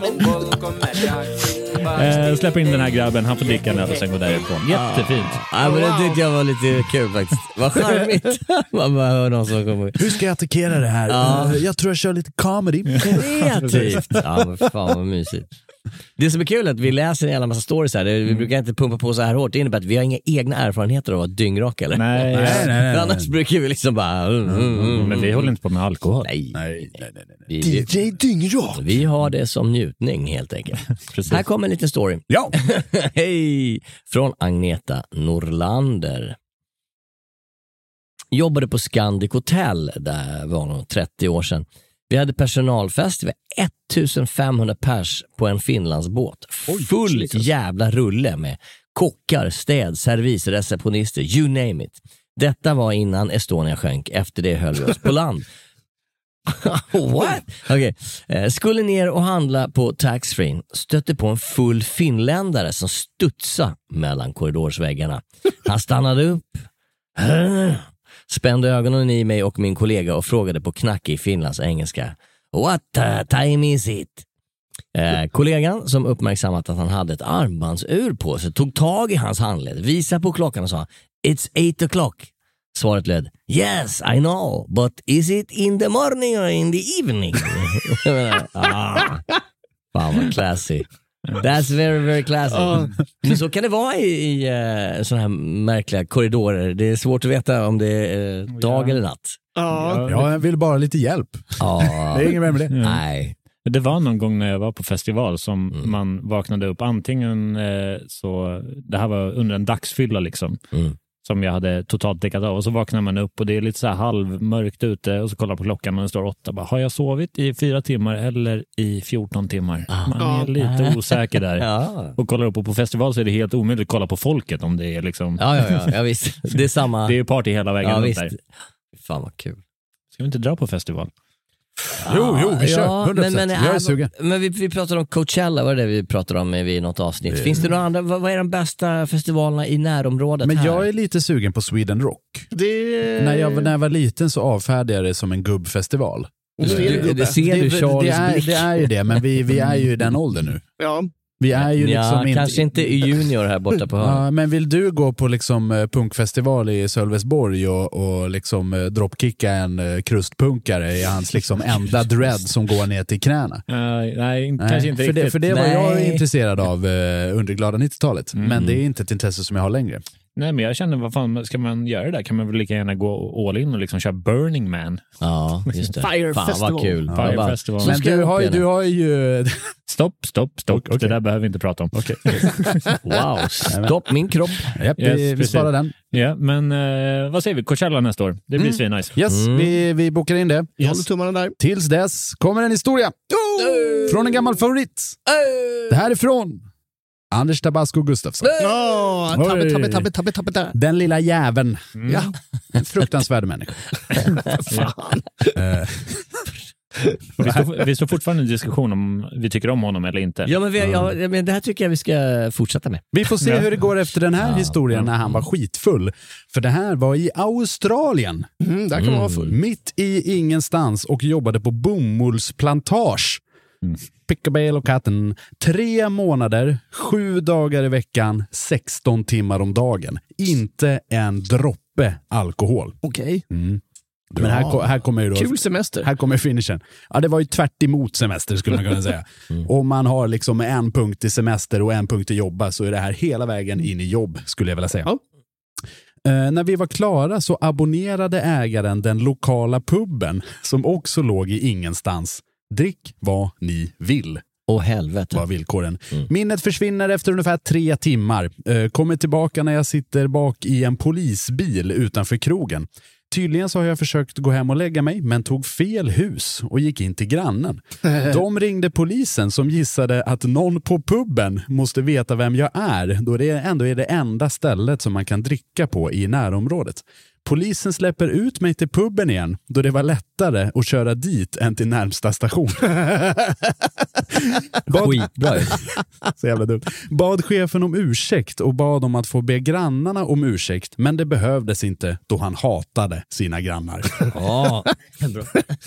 Släpper in den här grabben, han får dricka den och sen gå därifrån. Jättefint. Ja, men det tyckte jag var lite kul faktiskt. Vad charmigt. Man bara hör någon som kommer. Hur ska jag attackera det här? Jag tror jag kör lite comedy. Kreativt. Ja, men fan vad mysigt. Det som är kul är att vi läser en jävla massa stories här. Vi brukar inte pumpa på så här hårt. Det innebär att vi har inga egna erfarenheter av att vara dyngraka, eller? Nej. Annars brukar vi liksom bara... Men vi håller inte på med alkohol. Nej. DJ Dyngrak. Vi har det som njutning helt enkelt. Här kommer en liten story. Ja. Hej! Från Agneta Norlander. Jobbade på Scandic Hotel, där var nog 30 år sedan. Vi hade personalfest, vi var 1500 pers på en Finlandsbåt. Full jävla rulle med kockar, städ, servis, receptionister, you name it. Detta var innan Estonia sjönk, efter det höll vi oss på land. What? Okay. Skulle ner och handla på taxfree, stötte på en full finländare som studsade mellan korridorsväggarna. Han stannade upp, spände ögonen i mig och min kollega och frågade på knackig Finlands engelska: What time is it? Kollegan, som uppmärksammat att han hade ett armbandsur på sig, tog tag i hans handled, visade på klockan och sa: It's 8 o'clock. Svaret löd: Yes, I know, but is it in the morning or in the evening? Fan vad classy. That's very, very classy. Men så kan det vara i sådana här märkliga korridorer. Det är svårt att veta om det är dag eller natt. Ja, jag vill bara lite hjälp. Det är ingen mer med det. Nej. Det var någon gång när jag var på festival som man vaknade upp antingen så det här var under en dagsfylla liksom. Som jag hade totalt däckat av. Och så vaknar man upp och det är lite så här halvmörkt ute och så kollar på klockan och det står 8. Bara, har jag sovit i 4 timmar eller i 14 timmar? Man är lite osäker där. Och kollar upp på festival så är det helt omöjligt att kolla på folket om det är liksom... Ja, visst. Det är samma... Det är party hela vägen upp där. Fan vad kul. Ska vi inte dra på festival? Jo, vi kör. 100%. Jag är sugen. Men vi pratade om Coachella, vad är det vi pratade om i något avsnitt? Finns det några andra, vad är de bästa festivalerna i närområdet? Men här? jag är lite sugen på Sweden Rock. När jag var liten så avfärdade jag det som en gubbfestival. Det ser du, Charles. Det är ju det, men vi är ju i den åldern nu. Ja. Vi är ju liksom kanske inte i junior här borta på hörnet. Ja, men vill du gå på liksom punkfestival i Sölvesborg och liksom dropkicka en krustpunkare i hans liksom enda dread som går ner till knäna? Nej, kanske inte riktigt. För det var jag intresserad av under glada 90-talet. Men det är inte ett intresse som jag har längre. Nej, men jag känner, vad fan ska man göra det där? Kan man väl lika gärna gå all in och liksom köra Burning Man? Ja, just det. Fire fan, Festival. Vad kul. Fire bara, Festival. Men du har ju... Stopp. Okay. Det där behöver vi inte prata om. Okay. Wow, stopp min kropp. Japp, vi sparar den. Ja, men vad säger vi? Coachella nästa år. Det blir svinnice. Yes, vi bokar in det. Jag håller tummarna där. Tills dess kommer en historia. Från en gammal favorit. Det här är från Anders Tabasco Gustafsson. Tabbe. Den lilla jäveln. Ja. En fruktansvärd människa. Fan. Vi står fortfarande i diskussion om vi tycker om honom eller inte. Ja, men det här tycker jag vi ska fortsätta med. Vi får se hur det går efter den här historien när han var skitfull. För det här var i Australien. Där kan man vara full. Mitt i ingenstans och jobbade på bomullsplantage. Pickabale och katten. 3 månader, 7 dagar i veckan, 16 timmar om dagen. Inte en droppe alkohol. Okej. Men här kommer ju då... Kul semester. Här kommer finishen. Ja, det var ju tvärt emot semester skulle man kunna säga. Om man har liksom en punkt i semester och en punkt i jobba så är det här hela vägen in i jobb skulle jag vilja säga. Ja. När vi var klara så abonnerade ägaren den lokala puben som också låg i ingenstans. Drick vad ni vill. Åh helvete. Var villkoren. Minnet försvinner efter ungefär 3 timmar. Kommer tillbaka när jag sitter bak i en polisbil utanför krogen. Tydligen så har jag försökt gå hem och lägga mig men tog fel hus och gick in till grannen. De ringde polisen som gissade att någon på puben måste veta vem jag är då det ändå är det enda stället som man kan dricka på i närområdet. Polisen släpper ut mig till puben igen då det var lättare att köra dit än till närmsta station. Skitbra. Så jävla dumt. Bad chefen om ursäkt och bad om att få be grannarna om ursäkt, men det behövdes inte då han hatade sina grannar. Ja, bra.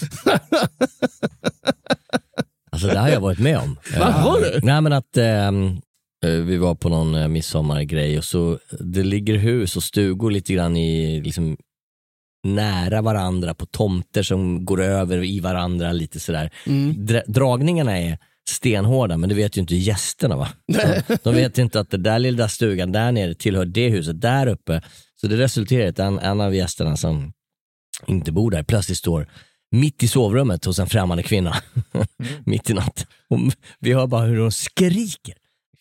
Alltså det har jag varit med om. Vad har du? Nej, men att vi var på någon midsommargrej och så det ligger hus och stugor lite grann i liksom nära varandra på tomter som går över i varandra lite sådär. Dragningarna är stenhårda, men det vet ju inte gästerna, va? De vet inte att det där lilla stugan där nere tillhör det huset där uppe. Så det resulterar i att en av gästerna som inte bor där plötsligt står mitt i sovrummet hos en främmande kvinna. Mitt i natt. Och vi hör bara hur de skriker.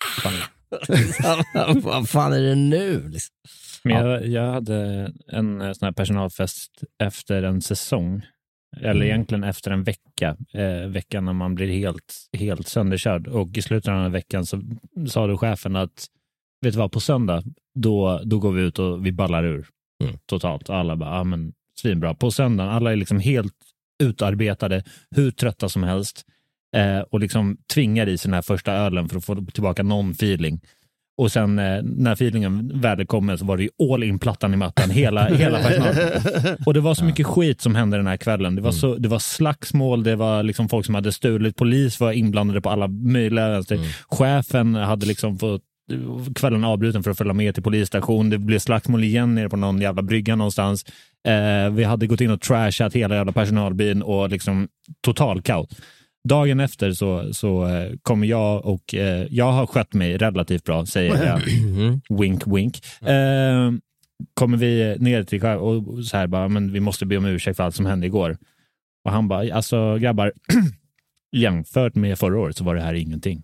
Vad fan är det nu? Liksom. Men jag hade en sån här personalfest efter en säsong. Eller egentligen efter en vecka. Veckan när man blir helt sönderkörd. Och i slutet av den här veckan så sa då chefen att vet du vad, på söndag då går vi ut och vi ballar ur totalt. Och alla bara, men svinbra. På söndagen, alla är liksom helt utarbetade, hur trötta som helst. Och liksom tvingar i sig den här första ölen för att få tillbaka någon feeling. Och sen när feelingen väl kommer så var det ju all in plattan i mattan hela personalen. Och det var så mycket skit som hände den här kvällen. Det var slagsmål, det var liksom folk som hade stulit, polis var inblandade på alla möjliga. Chefen hade liksom fått kvällen avbruten för att följa med till polisstation. Det blev slagsmål igen nere på någon jävla brygga någonstans. Vi hade gått in och trashat hela jävla personalbyn och liksom total kaos. Dagen efter så kommer jag och jag har skött mig relativt bra, säger jag. Wink, wink. Kommer vi ner till och så här bara, men vi måste be om ursäkt för allt som hände igår. Och han bara, alltså grabbar, jämfört med förra året så var det här ingenting.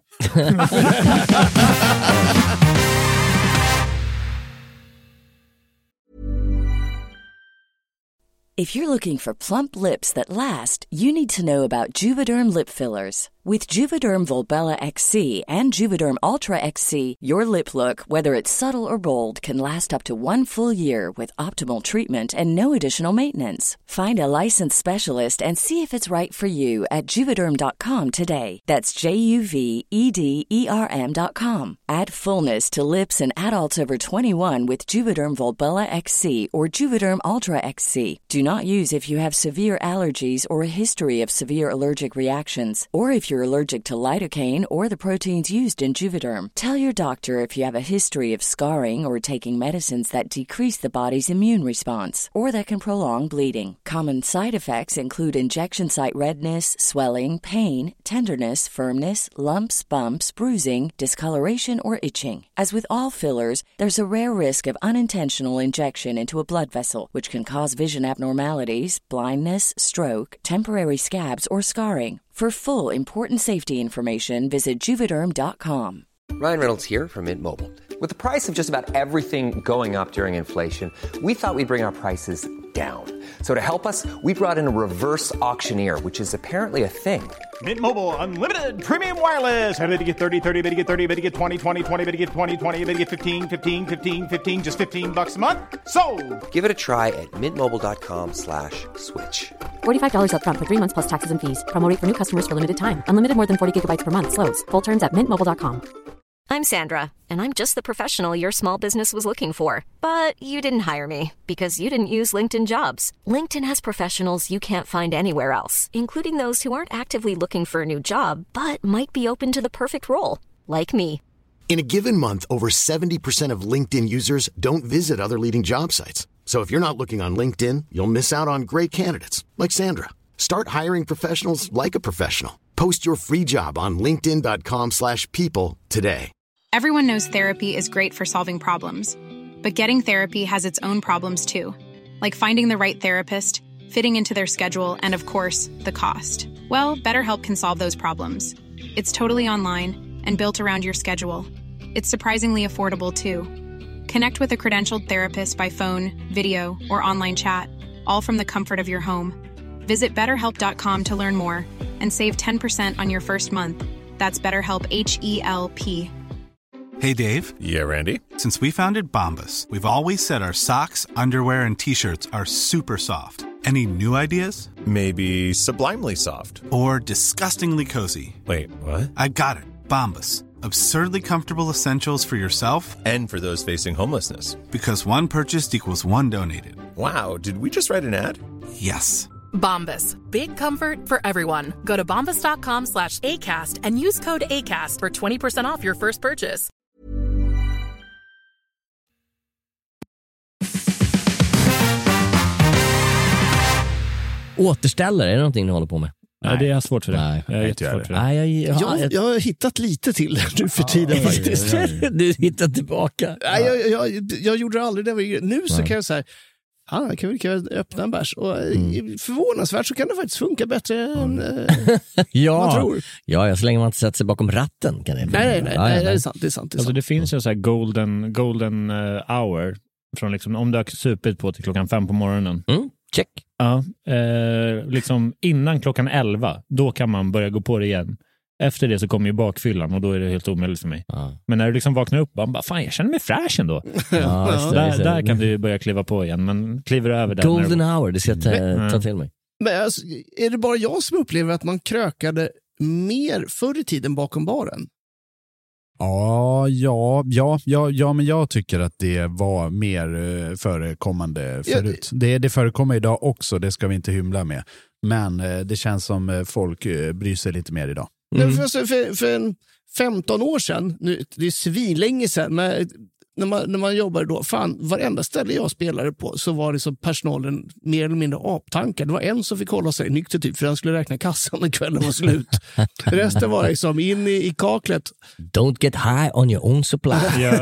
If you're looking for plump lips that last, you need to know about Juvederm lip fillers. With Juvederm Volbella XC and Juvederm Ultra XC, your lip look, whether it's subtle or bold, can last up to 1 full year with optimal treatment and no additional maintenance. Find a licensed specialist and see if it's right for you at Juvederm.com today. That's JUVEDERM.com. Add fullness to lips in adults over 21 with Juvederm Volbella XC or Juvederm Ultra XC. Do not use if you have severe allergies or a history of severe allergic reactions, or if you're you're allergic to lidocaine or the proteins used in Juvederm. Tell your doctor if you have a history of scarring or taking medicines that decrease the body's immune response or that can prolong bleeding. Common side effects include injection site redness, swelling, pain, tenderness, firmness, lumps, bumps, bruising, discoloration, or itching. As with all fillers, there's a rare risk of unintentional injection into a blood vessel, which can cause vision abnormalities, blindness, stroke, temporary scabs, or scarring. For full, important safety information, visit Juvederm.com. Ryan Reynolds here from Mint Mobile. With the price of just about everything going up during inflation, we thought we'd bring our prices down. So to help us, we brought in a reverse auctioneer, which is apparently a thing. Mint Mobile Unlimited Premium Wireless. How to get 30, 30, bit to get 30, bit to get 20, 20, 20, bit to get 20, 20, bit to get 15, 15, 15, 15, just $15 a month? Sold! Give it a try at mintmobile.com/switch. $45 up front for 3 months plus taxes and fees. Promo rate for new customers for limited time. Unlimited more than 40 gigabytes per month. Slows full terms at mintmobile.com. I'm Sandra, and I'm just the professional your small business was looking for. But you didn't hire me because you didn't use LinkedIn Jobs. LinkedIn has professionals you can't find anywhere else, including those who aren't actively looking for a new job, but might be open to the perfect role, like me. In a given month, over 70% of LinkedIn users don't visit other leading job sites. So if you're not looking on LinkedIn, you'll miss out on great candidates like Sandra. Start hiring professionals like a professional. Post your free job on linkedin.com/people today. Everyone knows therapy is great for solving problems, but getting therapy has its own problems too, like finding the right therapist, fitting into their schedule, and of course, the cost. Well, BetterHelp can solve those problems. It's totally online and built around your schedule. It's surprisingly affordable too. Connect with a credentialed therapist by phone, video, or online chat, all from the comfort of your home. Visit BetterHelp.com to learn more and save 10% on your first month. That's BetterHelp, H-E-L-P. Hey, Dave. Yeah, Randy. Since we founded Bombas, we've always said our socks, underwear, and T-shirts are super soft. Any new ideas? Maybe sublimely soft. Or disgustingly cozy. Wait, what? I got it. Bombas. Absurdly comfortable essentials for yourself and for those facing homelessness. Because one purchased equals one donated. Wow, did we just write an ad? Yes. Bombas. Big comfort for everyone. Go to bombas.com/ACAST and use code ACAST for 20% off your first purchase. Återställare, är det någonting ni håller på med? Nej, det är svårt för det. Nej, jag är jättesvårt för det. Jag har hittat lite till nu för tiden faktiskt. Du hittar tillbaka. Nej, jag gjorde det aldrig. Nu så kan jag säga, kan vi öppna en bärs? Och förvånansvärt så kan det faktiskt funka bättre än man tror. Ja, så länge man inte sätter sig bakom ratten kan det. Nej, det är sant. Alltså, det finns ju så här golden hour från liksom, om du har supit på till 5 på morgonen. Check. Ja, liksom innan 11, då kan man börja gå på det igen. Efter det så kommer ju bakfyllan och då är det helt omöjligt för mig. Men när du liksom vaknar upp, bara, fan, jag känner mig fräsch ändå. Där kan du börja kliva på igen, men kliver över där. Golden hour, det ska jag ta till mig. Men alltså, är det bara jag som upplever att man krökade mer förr i tiden bakom baren? Ja, men jag tycker att det var mer förekommande förut. Det förekommer idag också, det ska vi inte hymla med. Men det känns som folk bryr sig lite mer idag. För 15 år sedan, nu, det är svinlänge sedan, men när man jobbade då, varenda ställe jag spelade på så var det som personalen mer eller mindre aptankar. Det var en som fick hålla sig nykter typ, för han skulle räkna kassan när kvällen var slut. Resten var liksom in i kaklet. Don't get high on your own supply.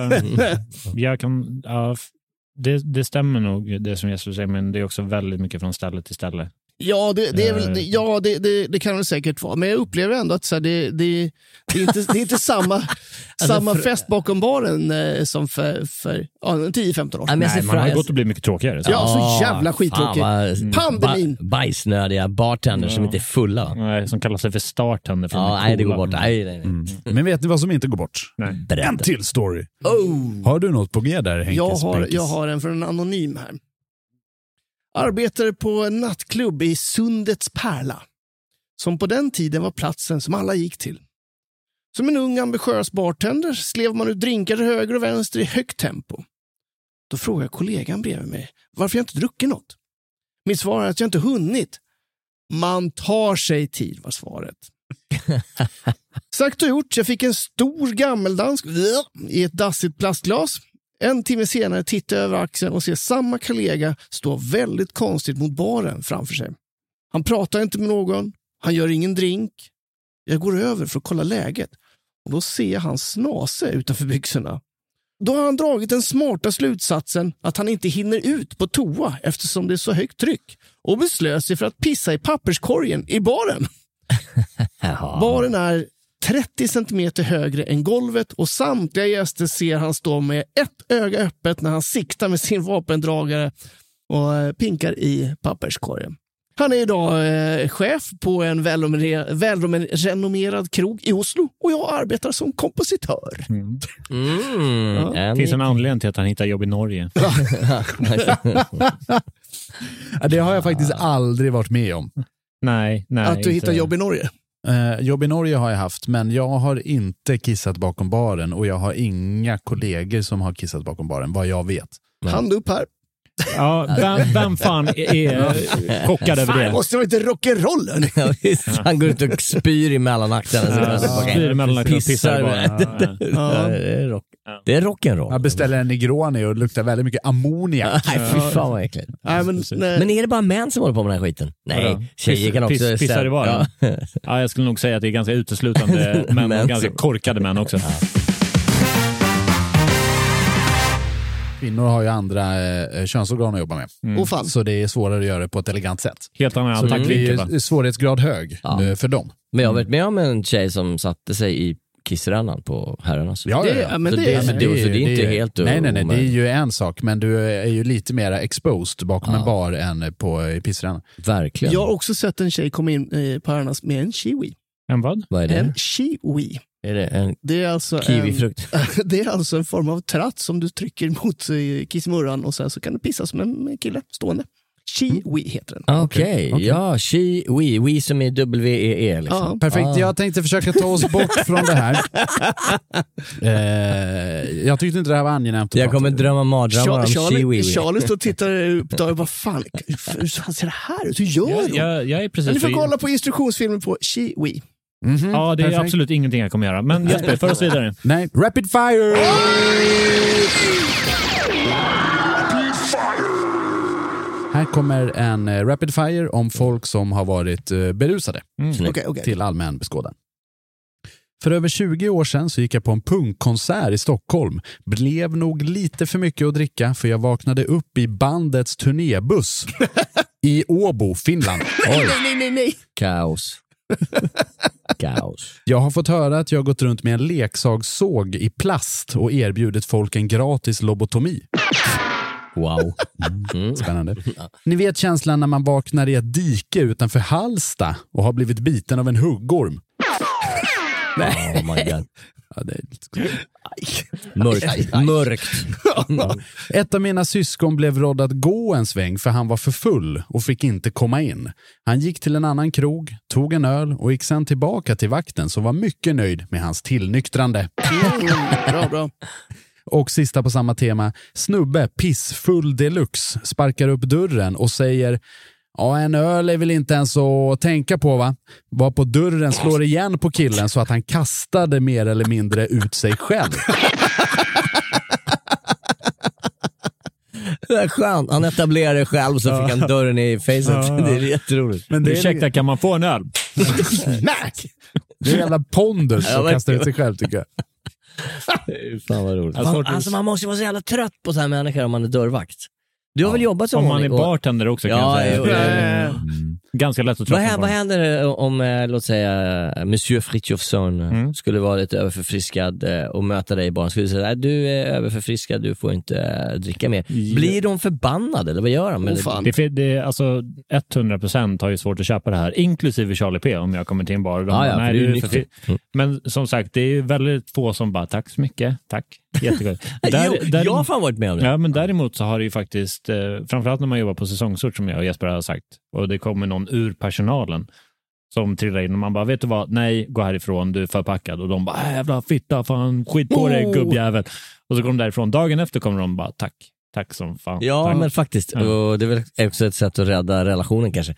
Det stämmer nog det som Jesus säger, men det är också väldigt mycket från ställe till ställe. Ja, det kan det säkert vara. Men jag upplever ändå att så här, det är inte samma fest bakom baren som för 10-15 år sedan. Nej, man har gått och blivit mycket tråkigare. Ja, så jävla skittråkig. Pandemin. Bajsnödiga bartender som inte är fulla. Nej, som kallar sig för startender. Nej, det går bort. Nej. Men vet ni vad som inte går bort? Nej. En till story. Har du något på G där, Henkes? Jag har en från en anonym här. Arbetade på en nattklubb i Sundets Pärla, som på den tiden var platsen som alla gick till. Som en ung ambitiös bartender slev man ut drinkar till höger och vänster i högt tempo. Då frågade kollegan bredvid mig varför jag inte druckit något. Mitt svar är att jag inte hunnit. Man tar sig tid, var svaret. Sagt och gjort, jag fick en stor gammeldansk i ett dassigt plastglas. En timme senare tittar jag över axeln och ser samma kollega stå väldigt konstigt mot baren framför sig. Han pratar inte med någon, han gör ingen drink. Jag går över för att kolla läget och då ser jag hans snase utanför byxorna. Då har han dragit den smarta slutsatsen att han inte hinner ut på toa eftersom det är så högt tryck och beslöt sig för att pissa i papperskorgen i baren. Baren är 30 centimeter högre än golvet och samtliga gäster ser han stå med ett öga öppet när han siktar med sin vapendragare och pinkar i papperskorgen. Han är idag chef på en välrenommerad krog i Oslo och jag arbetar som kompositör. Det finns en anledning till att han hittar jobb i Norge. Det har jag faktiskt aldrig varit med om. Nej. Att du hittar jobb i Norge? Jobb i Norge har jag haft, men jag har inte kissat bakom baren och jag har inga kollegor som har kissat bakom baren, vad jag vet. Hand upp här. Ja, vem fan är chockad över det? Måste vara inte rock'n'rollen. Ja, visst. Han går ut och spyr i mellanakten. Spyr i mellanakten och pissar bara. Det är rock'n'roll. Jag beställer en Negroni och luktar väldigt mycket ammoniak. Nej, fy fan vad äckligt. Men är det bara män som håller på med den här skiten? Nej, tjejer kan också... Pissar i baren? Ja, jag skulle nog säga att det är ganska uteslutande män och ganska korkade män också. Kvinnor har ju andra könsorgan att jobba med. Så det är svårare att göra det på ett elegant sätt. Helt annan så det är svårighetsgrad hög för dem. Men jag har varit med om en tjej som satte sig i kissrännan på herrarna. Så det är inte helt... Nej, det är ju en sak. Men du är ju lite mer exposed bakom en bar än på pissrännan. Verkligen. Jag har också sett en tjej komma in på herrarnas med en chiwi. En vad? Vad är det? En chiwi. Är det en alltså kiwifrukt? Det är alltså en form av tratt som du trycker mot kissmurran och sen så kan du pissa som en kille stående. Chiwi heter den. Okej. Ja, chiwi. We som är W-E-E liksom. Ja, perfekt. Jag tänkte försöka ta oss bort från det här. Jag tyckte inte det här var angenämt. Jag kommer drömma mardrömmar om chiwi. Charlie står och tittar upp och vad fan ser det här ut? Hur gör du? Jag är precis. Ni får kolla på instruktionsfilmen på chiwi. Ja, det är absolut ingenting jag kommer göra. Men Jesper, för oss vidare. Nej, rapid fire! Här kommer en rapid fire om folk som har varit berusade. Okay. Till allmän beskådan. För över 20 år sedan så gick jag på en punkkonsert i Stockholm. Blev nog lite för mycket att dricka för jag vaknade upp i bandets turnébuss i Åbo, Finland. Nej. Kaos. Jag har fått höra att jag har gått runt med en leksagssåg i plast och erbjudit folk en gratis lobotomi. Wow. Spännande. Ni vet känslan när man vaknar i ett dike utanför Halsta och har blivit biten av en huggorm. Nej. Oh my God. Ja, det är lite... Mörkt. Ett av mina syskon blev rådd att gå en sväng för han var för full och fick inte komma in. Han gick till en annan krog, tog en öl och gick sen tillbaka till vakten som var mycket nöjd med hans tillnyktrande. Bra. Och sista på samma tema. Snubbe, pissfull deluxe, sparkar upp dörren och säger: ja, en öl är väl inte ens att tänka på, va? Var på dörren slår igen på killen så att han kastade mer eller mindre ut sig själv. Det är skönt. Han etablerade själv så fick han dörren i facet. Det är jätteroligt. Men ursäkta, kan man få en öl? Det är en jävla pondus som kastar ut sig själv, tycker jag. Fan vad roligt. Alltså man måste vara så jävla trött på så här människor om man är dörrvakt. Du har väl jobbat som om man är bartender också kan jag säga. Ganska lätt att träffa. Vad händer om låt säga Monsieur Frithiofsson skulle vara lite överförfriskad och möta dig i baren? Skulle du säga du är överförfriskad, du får inte dricka mer. Blir de förbannade eller vad gör de? Det alltså 100% har ju svårt att köpa det här, inklusive Charlie P om jag kommer till en bar. Men som sagt, det är väldigt få som bara tack så mycket, tack. Jättegott. Jag har fan varit med om det. Ja, men däremot så har det ju faktiskt framförallt när man jobbar på säsongsort som jag och Jesper har sagt och det kommer någon ur personalen som trillar in och man bara, vet du vad, nej, gå härifrån, du är förpackad och de bara, jävla fitta, fan, skit på dig gubbjävel. Och så kommer de därifrån, dagen efter kommer de bara, tack som fan. Ja, tack. Men faktiskt, och det är väl också ett sätt att rädda relationen kanske.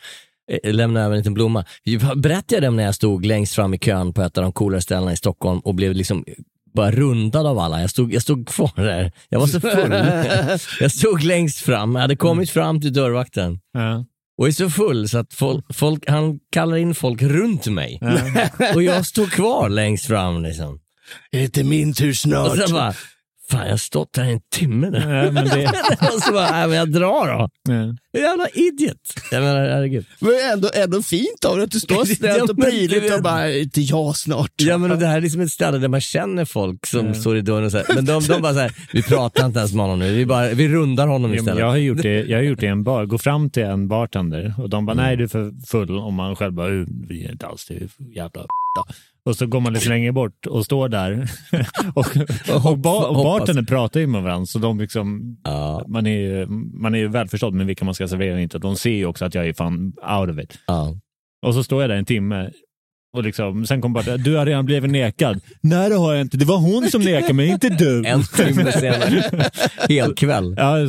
lämna över en liten blomma. Berättade jag dem när jag stod längst fram i kön på ett av de coolare ställena i Stockholm och blev liksom bara rundad av alla. Jag stod kvar där. Jag var så full. Jag stod längst fram. Jag hade kommit fram till dörrvakten. Och är så full så att folk han kallar in folk runt mig. Och jag stod kvar längst fram liksom. Är det inte min tur snart? Och så bara, fan, jag har stått här en timme nu. Och så bara, men jag drar då. Jävla idiot. Jag menar, herregud. Men ändå fint av att du står snällt och prydligt och bara, inte jag snart. Ja, men det här är liksom ett ställe där man känner folk som står i dörren och så här. Men de bara så här, vi pratar inte ens med honom nu. Vi rundar honom istället. Jag har gjort det i en bar. Gå fram till en bartender och de bara, nej, du är för full. Och man själv bara, vi är inte alls, det är jävla och så går man lite längre bort och står där och bartender pratar ju med varandra, så de liksom man är ju välförstådd med vilka man ska servera inte. De ser ju också att jag är fan out of it. Och så står jag där en timme och liksom, sen kom bara, du har redan blivit nekad. Nej, det har jag inte. Det var hon som nekade mig, inte du. En timme senare. Hel kväll. Ja,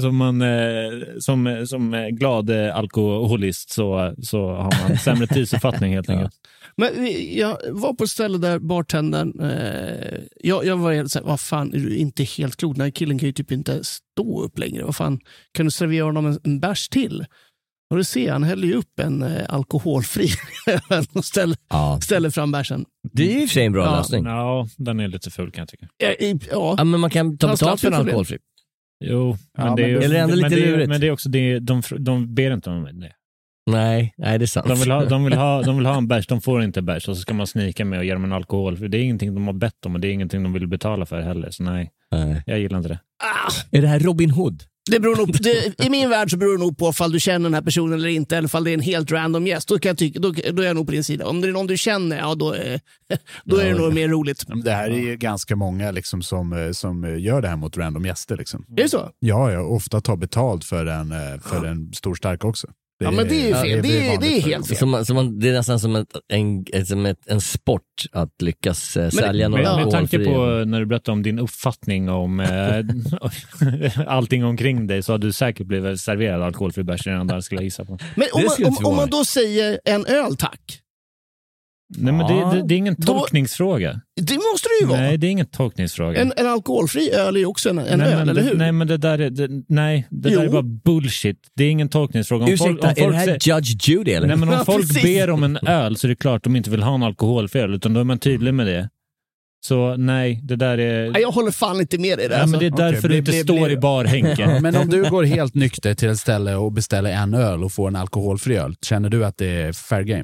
som glad alkoholist så har man sämre tidsuppfattning helt enkelt. Men jag var på ett ställe där bartendern jag var helt såhär, vad fan, är du inte helt klok? Den här killen kan ju typ inte stå upp längre. Vad fan, kan du servera honom en bärs till? Och du ser, han häller ju upp en alkoholfri och ställer fram bärsen. Det är ju för sig en bra lösning. Ja, den är lite full kan jag tycka. Ja, men man kan ta betalt för en alkoholfri. Jo, men det är ju, eller ändå lite lurigt. Men det är också de ber inte om det. Nej, det är sant. De vill ha en bärs, de får inte bärs och så ska man snika med och ge dem en alkohol. För det är ingenting de har bett om och det är ingenting de vill betala för heller. Så nej. Jag gillar inte det. Är det här Robin Hood? Det beror nog, i min värld så beror det nog på ifall du känner den här personen eller inte, eller ifall det är en helt random gäst. Då kan jag tycka, då är jag nog på din sida. Om det är någon du känner, ja då är det nog mer roligt. Det här är ju ganska många liksom som gör det här mot random gäster liksom. Är det så? Ja, jag ofta tar betalt för en stor stark också. Ja, men det är ju fel. Det är helt fel. Det är nästan som en sport att lyckas sälja några alkoholfria. Med tanke på när du berättade om din uppfattning om allting omkring dig, så har du säkert blivit serverad alkoholfri bärs i den andra skulle jag gissa på. Men om man då säger en öl, tack. Nej, men det är ingen tolkningsfråga. Det måste det ju vara. Nej, det är ingen tolkningsfråga. En alkoholfri öl är ju också en öl, eller hur? Nej, men det där är bara bullshit. Det är ingen tolkningsfråga. Ursäkta, är det här Judge Judy eller? Nej, men om folk ber om en öl så är det klart de inte vill ha en alkoholfri öl, utan då är man tydlig med det. Så nej, det där är... Jag håller fan inte med dig där. Ja, men det är därför det inte står i bar, Henke. Men om du går helt nykter till ett ställe och beställer en öl och får en alkoholfri öl, känner du att det är fair game?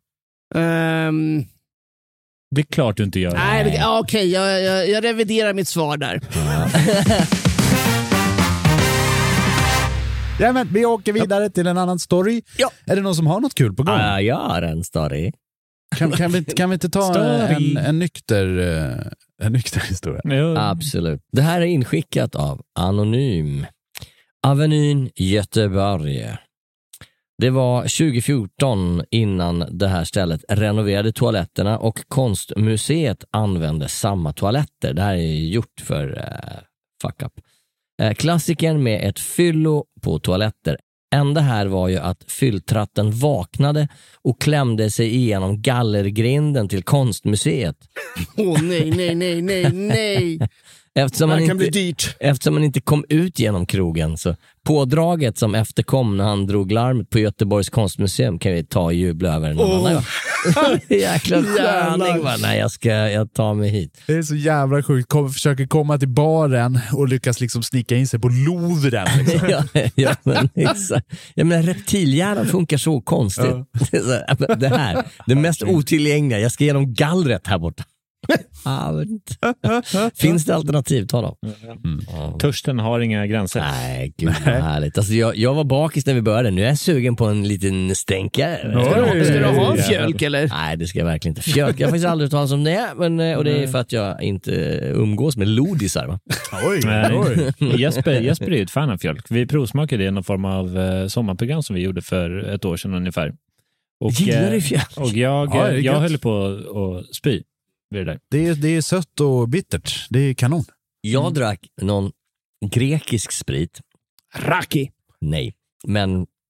Det är klart du inte gör. Nej, okej, jag reviderar mitt svar där. Ja, men vi åker vidare till en annan story. Ja. Är det någon som har något kul på gång? Jag har en story. Kan vi inte ta en nykter historia? Jo. Absolut. Det här är inskickat av Anonym. Avenyn Göteborg. Det var 2014 innan det här stället renoverade toaletterna och konstmuseet använde samma toaletter. Det här är gjort för fuck up. Klassikern med ett fyllo på toaletter. Enda här var ju att fylltratten vaknade och klämde sig igenom gallergrinden till konstmuseet. Nej. Eftersom man inte kom ut genom krogen, så pådraget som efterkom när han drog larmet på Göteborgs konstmuseum kan vi ta och jubla över en annan. Jäkla sköning. Nej, jag tar mig hit. Det är så jävla sjukt. Försöker komma till baren och lyckas liksom snika in sig på Louvren. Liksom. ja, men exakt. Jag menar, reptilhjärnan funkar så konstigt. Det här, det mest otillgängliga. Jag ska genom gallret här borta. Finns det alternativ? Ta då. Törsten har inga gränser. Nej, gud vad härligt. Alltså, jag var bakis när vi började. Nu är jag sugen på en liten stänkare. Ska du ha en fjölk eller? Nej, det ska jag verkligen inte. Fjölk, jag har faktiskt aldrig talat om det. Och det är för att jag inte umgås med lodisar, va? Oj. Jesper är ju ett fan av fjölk. Vi provsmakade i någon form av sommarprogram som vi gjorde för ett år sedan ungefär. Gillar du fjölk? Och jag höll på att spy. Det är sött och bittert. Det är kanon. Jag drack någon grekisk sprit. Raki. Nej, men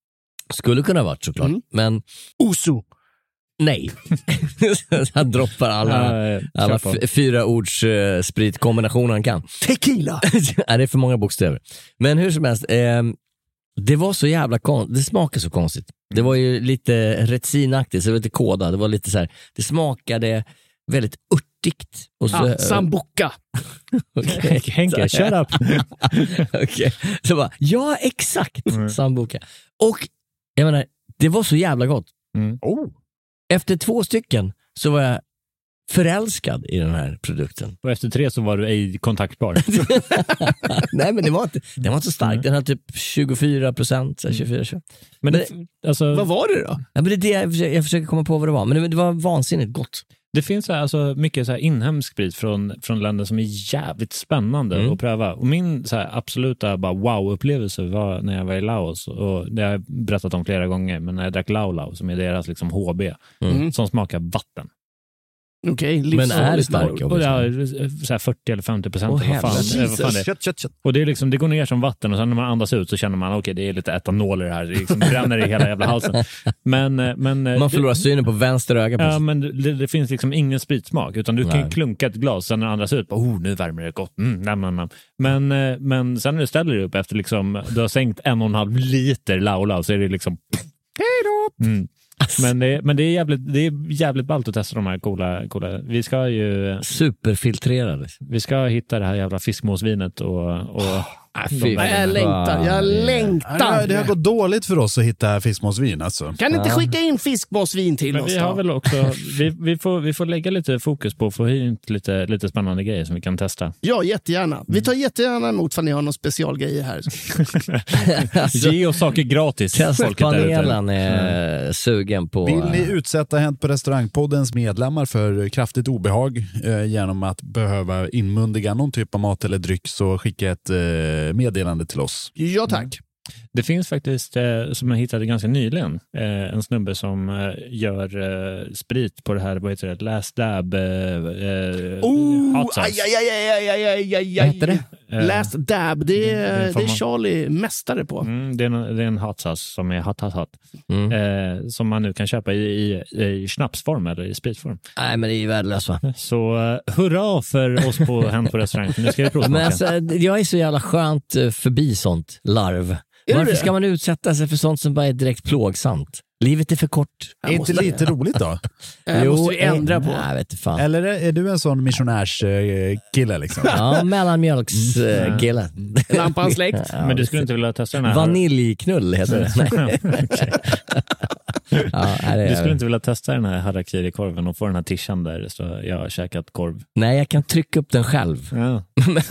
Skulle kunna varit såklart. Men Oso. nej. Han droppar alla 4 ords spritkombinationer han kan. Tequila. Nej, det är för många bokstäver. Men hur som helst, det var så jävla konstigt. Det smakade så konstigt. Det var ju lite retsinaktigt, så det var lite koda. Det var lite så här, det smakade väldigt örtigt. Och så, sambuca. Okay. Henke, shut up. Okay. Så bara, ja exakt, sambuca. Och jag menar, det var så jävla gott. Efter 2 stycken så var jag förälskad i den här produkten. Och efter 3 så var du ej kontaktbar. Nej, men den var inte så stark. Den hade typ 24%, 24%. Men alltså, vad var det då? Ja, men det är det jag försöker komma på vad det var. Men det var vansinnigt gott. Det finns så här, alltså, mycket så här inhemsk sprit från länder som är jävligt spännande att pröva. Och min så här, absoluta bara wow-upplevelse var när jag var i Laos. Och det har jag berättat om flera gånger. Men när jag drack Lao som är deras liksom HB. Som smakar vatten. Okej, men är det stark? Och det är så här 40 eller 50%. Kött. Och det är liksom, det går ner som vatten och sen när man andas ut så känner man okej, det är lite etanol i det här. Det liksom bränner i hela jävla halsen. Men man förlorar synen på vänster öga. Ja, men det finns liksom ingen spritsmak utan du kan klunka ett glas sen när det andas ut. Nu värmer det gott. Men sen när du ställer dig upp efter liksom, du har sänkt 1,5 liter Lao så är det liksom hej då! Men det är jävligt ballt att testa de här coola. Vi ska ju superfiltrerade. Vi ska hitta det här jävla fiskmåsvinet och jag längtar. Det har gått dåligt för oss att hitta fiskmåsvin alltså. Kan inte skicka in fiskmåsvin till men oss? Vi har väl också vi får lägga lite fokus på att få hit lite spännande grejer som vi kan testa. Ja, jättegärna. Vi tar jättegärna emot för ni har någon specialgrejer här. Alltså, ge oss saker gratis. Testpanelen är sugen på. Vill ni utsätta Hänt på restaurangpoddens medlemmar för kraftigt obehag genom att behöva inmundiga någon typ av mat eller dryck, så skicka ett meddelande till oss. Ja, tack. Det finns faktiskt, som jag hittade ganska nyligen, en snubbe som gör sprit på det här, vad heter det? Last Dab hot sauce. Vad heter det? Last Dab, det är Charlie mästare på. Det är en hot sauce som är hot. Som man nu kan köpa i snapsform eller i spritform. Nej, men det är ju värdelöst, va? Så hurra för oss på Hänt på restaurang. Nu ska vi prova. Men alltså, jag är så jävla skönt förbi sånt larv. Varför ska man utsätta sig för sånt som bara är direkt plågsamt? Livet är för kort. Är inte lite roligt då? Måste vi ändra på. Nej, vet fan. Eller är du en sån missionärskille liksom? Ja, mellanmjölkskille. Lampans släkt. Ja, men du skulle inte vilja testa den här? Vaniljknull heter det. Du skulle inte vilja testa den här harakiri-korven och få den här tishan där så jag har käkat korv? Nej, jag kan trycka upp den själv. Ja.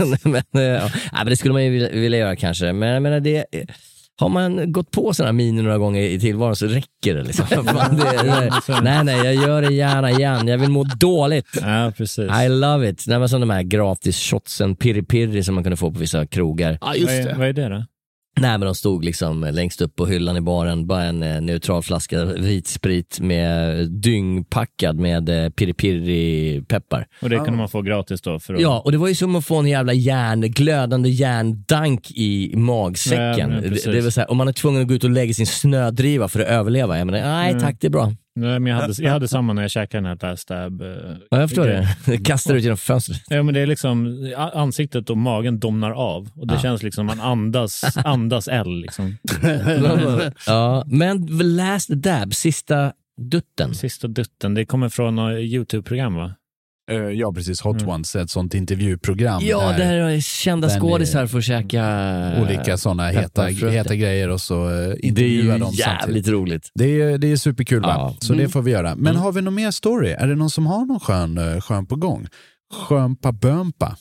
men det skulle man ju vilja göra kanske. Men jag menar, det har man gått på sådana miner några gånger i tillvaron så räcker det liksom. Nej, jag gör det gärna igen. Jag vill må dåligt. Ja, precis. I love it. Nej, men som de här gratis shotsen, piri-piri som man kunde få på vissa krogar. Ja, just det. Vad är det då? Nej, men de stod liksom längst upp på hyllan i baren. Bara en neutral flaska vitsprit med dyngpackad med piri-piri-peppar. Och det kunde man få gratis då? För att... Ja, och det var ju som att få en jävla glödande järndank i magsäcken. Det var så här, om man är tvungen att gå ut och lägga sin snödriva för att överleva. Jag menar, nej tack, det är bra. Nej, men jag hade samma när jag käkade den här stab. Ja, jag förstår det. Kastar ut genom fönstret. Ja, men det är liksom ansiktet och magen domnar av. Och det känns liksom man andas eld liksom. Ja, men Last Dab, sista dutten. Det kommer från något YouTube-program, va? Ja, precis. Hot Ones, ett sånt intervjuprogram. Ja, där är kända skådisar för att käka olika sådana heta grejer och så intervjua dem samtidigt. Det är jävligt roligt. Det är superkul, va? Så det får vi göra. Men har vi någon mer story? Är det någon som har någon skön på gång? Skönpa-bömpa.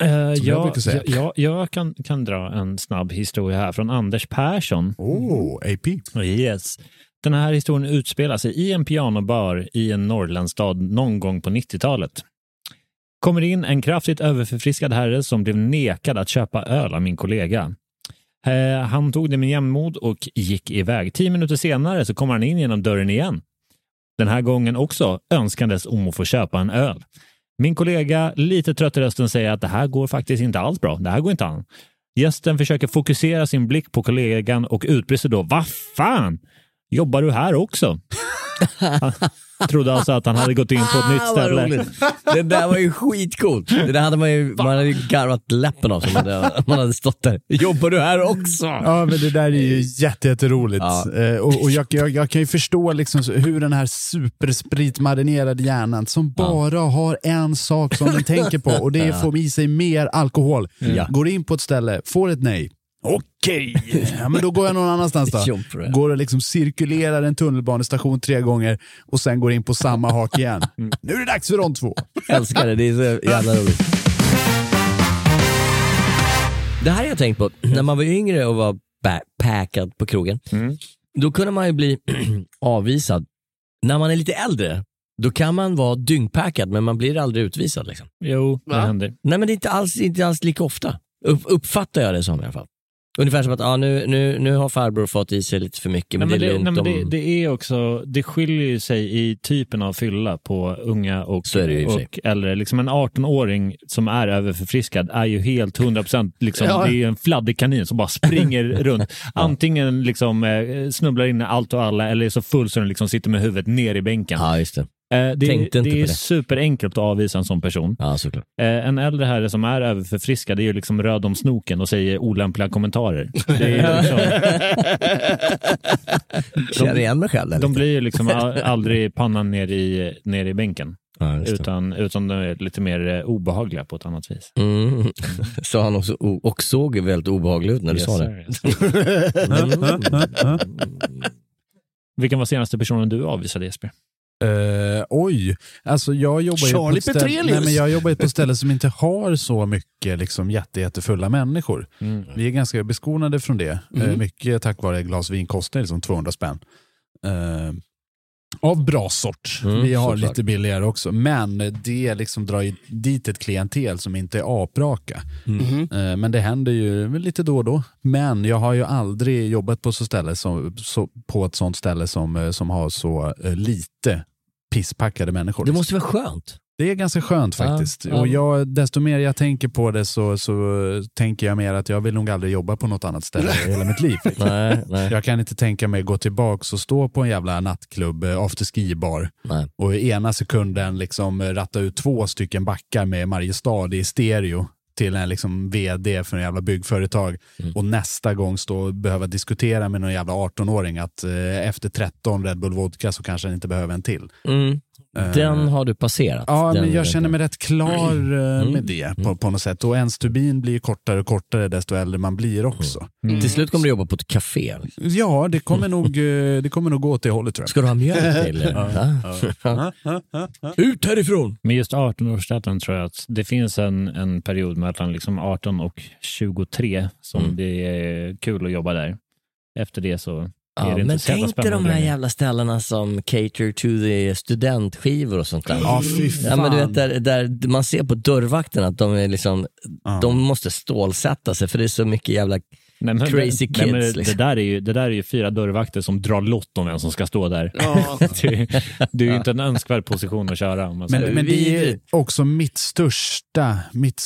Jag kan dra en snabb historia här från Anders Persson. AP. Yes. Den här historien utspelar sig i en pianobar i en norrlandsstad någon gång på 90-talet. Kommer in en kraftigt överförfriskad herre som blev nekad att köpa öl av min kollega. Han tog det med jämnmod och gick iväg. 10 minuter senare så kommer han in genom dörren igen. Den här gången också önskandes om att få köpa en öl. Min kollega, lite trött i rösten, säger att det här går faktiskt inte alls bra. Det här går inte an. Gästen försöker fokusera sin blick på kollegan och utbrister då: vad fan? jobbar du här också? Han trodde alltså att han hade gått in på ett nytt ställe. Det där var ju skitcoolt. Det där hade man hade ju garvat läppen av sig. Man hade stått där. Jobbar du här också? Ja, men det där är ju jätteroligt. Ja. Och jag kan ju förstå liksom hur den här superspritmarinerade hjärnan som bara har en sak som den tänker på, och det är att få i sig mer alkohol. Går in på ett ställe, får ett nej. Okej, ja, men då går jag någon annanstans då. Går och liksom cirkulerar en tunnelbanestation 3 gånger och sen går in på samma hak igen. Nu är det dags för de 2. Älskar det, det är så jävla roligt. Det här har jag tänkt på. När man var yngre och var packad på krogen, då kunde man ju bli avvisad. När man är lite äldre, då kan man vara dyngpackad, men man blir aldrig utvisad liksom. Jo, det händer. Nej, men det är inte alls lika ofta. Uppfattar jag det som i alla fall. Ungefär som att nu har farbror fått i sig lite för mycket, men det är lugnt. Det är också, det skiljer sig i typen av fylla på unga och äldre. Liksom en 18-åring som är överförfriskad är ju helt 100% liksom, det är en fladderkanin som bara springer runt. Antingen liksom snubblar in allt och alla, eller är så full så den liksom sitter med huvudet ner i bänken. Ja, just det. Det är superenkelt att avvisa en sån person. Ja, såklart. En äldre herre som är överförfriskad, det är ju liksom röd om snoken och säger olämpliga kommentarer. Det är liksom, känner igen mig själv. De blir ju liksom aldrig pannan ner i bänken. Ja, utan de är lite mer obehagliga på ett annat vis. Så han också och såg väldigt obehaglig ut när du sa det. Vilken var senaste personen du avvisade, Jesper? Alltså jag jobbar ju på ett ställe som inte har så mycket liksom jättefulla människor. Vi är ganska beskonade från det. Mycket tack vare glas vin kostar liksom 200 spänn. Av bra sort. Vi har lite billigare också. Men det liksom drar ju dit ett klientel som inte är apraka. Men det händer ju lite då och då. Men jag har ju aldrig jobbat på på ett sånt ställe som har så lite pisspackade människor. Det måste vara skönt. Det är ganska skönt faktiskt. Och desto mer jag tänker på det så tänker jag mer att jag vill nog aldrig jobba på något annat ställe i hela mitt liv. Nej. Jag kan inte tänka mig gå tillbaka och stå på en jävla nattklubb, afterski-bar, och i ena sekunden liksom ratta ut 2 stycken backar med Mariestad i stereo till en liksom vd för en jävla byggföretag, och nästa gång stå och behöva diskutera med någon jävla 18-åring att efter 13 Red Bull vodka så kanske han inte behöver en till. Den har du passerat. Ja, men jag känner mig rätt klar med det på något sätt. Och en stubin blir kortare och kortare desto äldre man blir också. Till slut kommer du jobba på ett café. Ja, det kommer nog gå åt det hållet, tror jag. Ska du ha mjölk till? Ut härifrån! Men just 18-årsdagen tror jag att det finns en period mellan liksom 18 och 23 som det är kul att jobba där. Efter det så... Ja, men tänk dig de här jävla ställena som cater to the studentskivor och sånt där. Ja, fy fan. Ja, men du vet, där man ser på dörrvakten att de är liksom, de måste stålsätta sig för det är så mycket jävla crazy kids. Liksom. Det där är ju 4 dörrvakter som drar lott om vem som ska stå där. Det är ju inte en önskvärd position att köra. Om man men det är också mitt största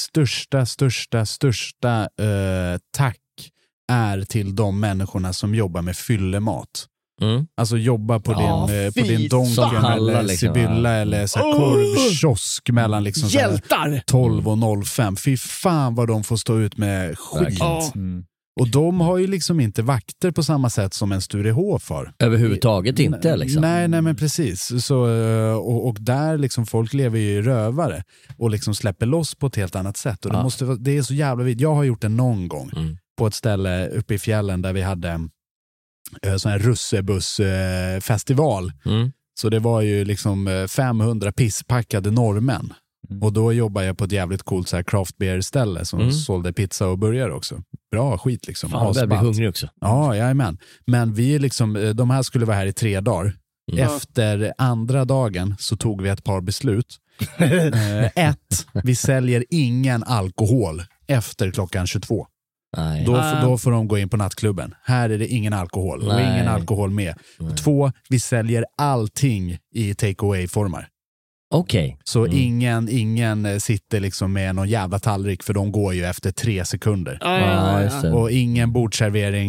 tack är till de människorna som jobbar med fyllemat. Alltså jobba på din Donken eller liksom, Sibylla eller så här korvkiosk mellan liksom hjältar 12 och 05. Fy fan vad de får stå ut med skit. Och de har ju liksom inte vakter på samma sätt som en Sturehof har. Överhuvudtaget inte liksom. Nej men precis. Så, och där liksom folk lever ju i rövare och liksom släpper loss på ett helt annat sätt. Och det är så jävla vitt. Jag har gjort det någon gång på ett ställe uppe i fjällen där vi hade en sån här russebussfestival. Så det var ju liksom 500 pisspackade norrmän. Och då jobbade jag på ett jävligt coolt så här craft beer ställe som sålde pizza och burgare också. Bra skit liksom. Fan, jag blir hungrig också. Ja, jajamän. Men vi liksom, de här skulle vara här i 3 dagar. Efter andra dagen så tog vi ett par beslut. 1, vi säljer ingen alkohol efter klockan 22. Då får de gå in på nattklubben. Här är det ingen alkohol och ingen alkohol med. 2, vi säljer allting i take-away-formar. Okej. Så ingen sitter liksom med någon jävla tallrik för de går ju efter 3 sekunder. Och ingen bordservering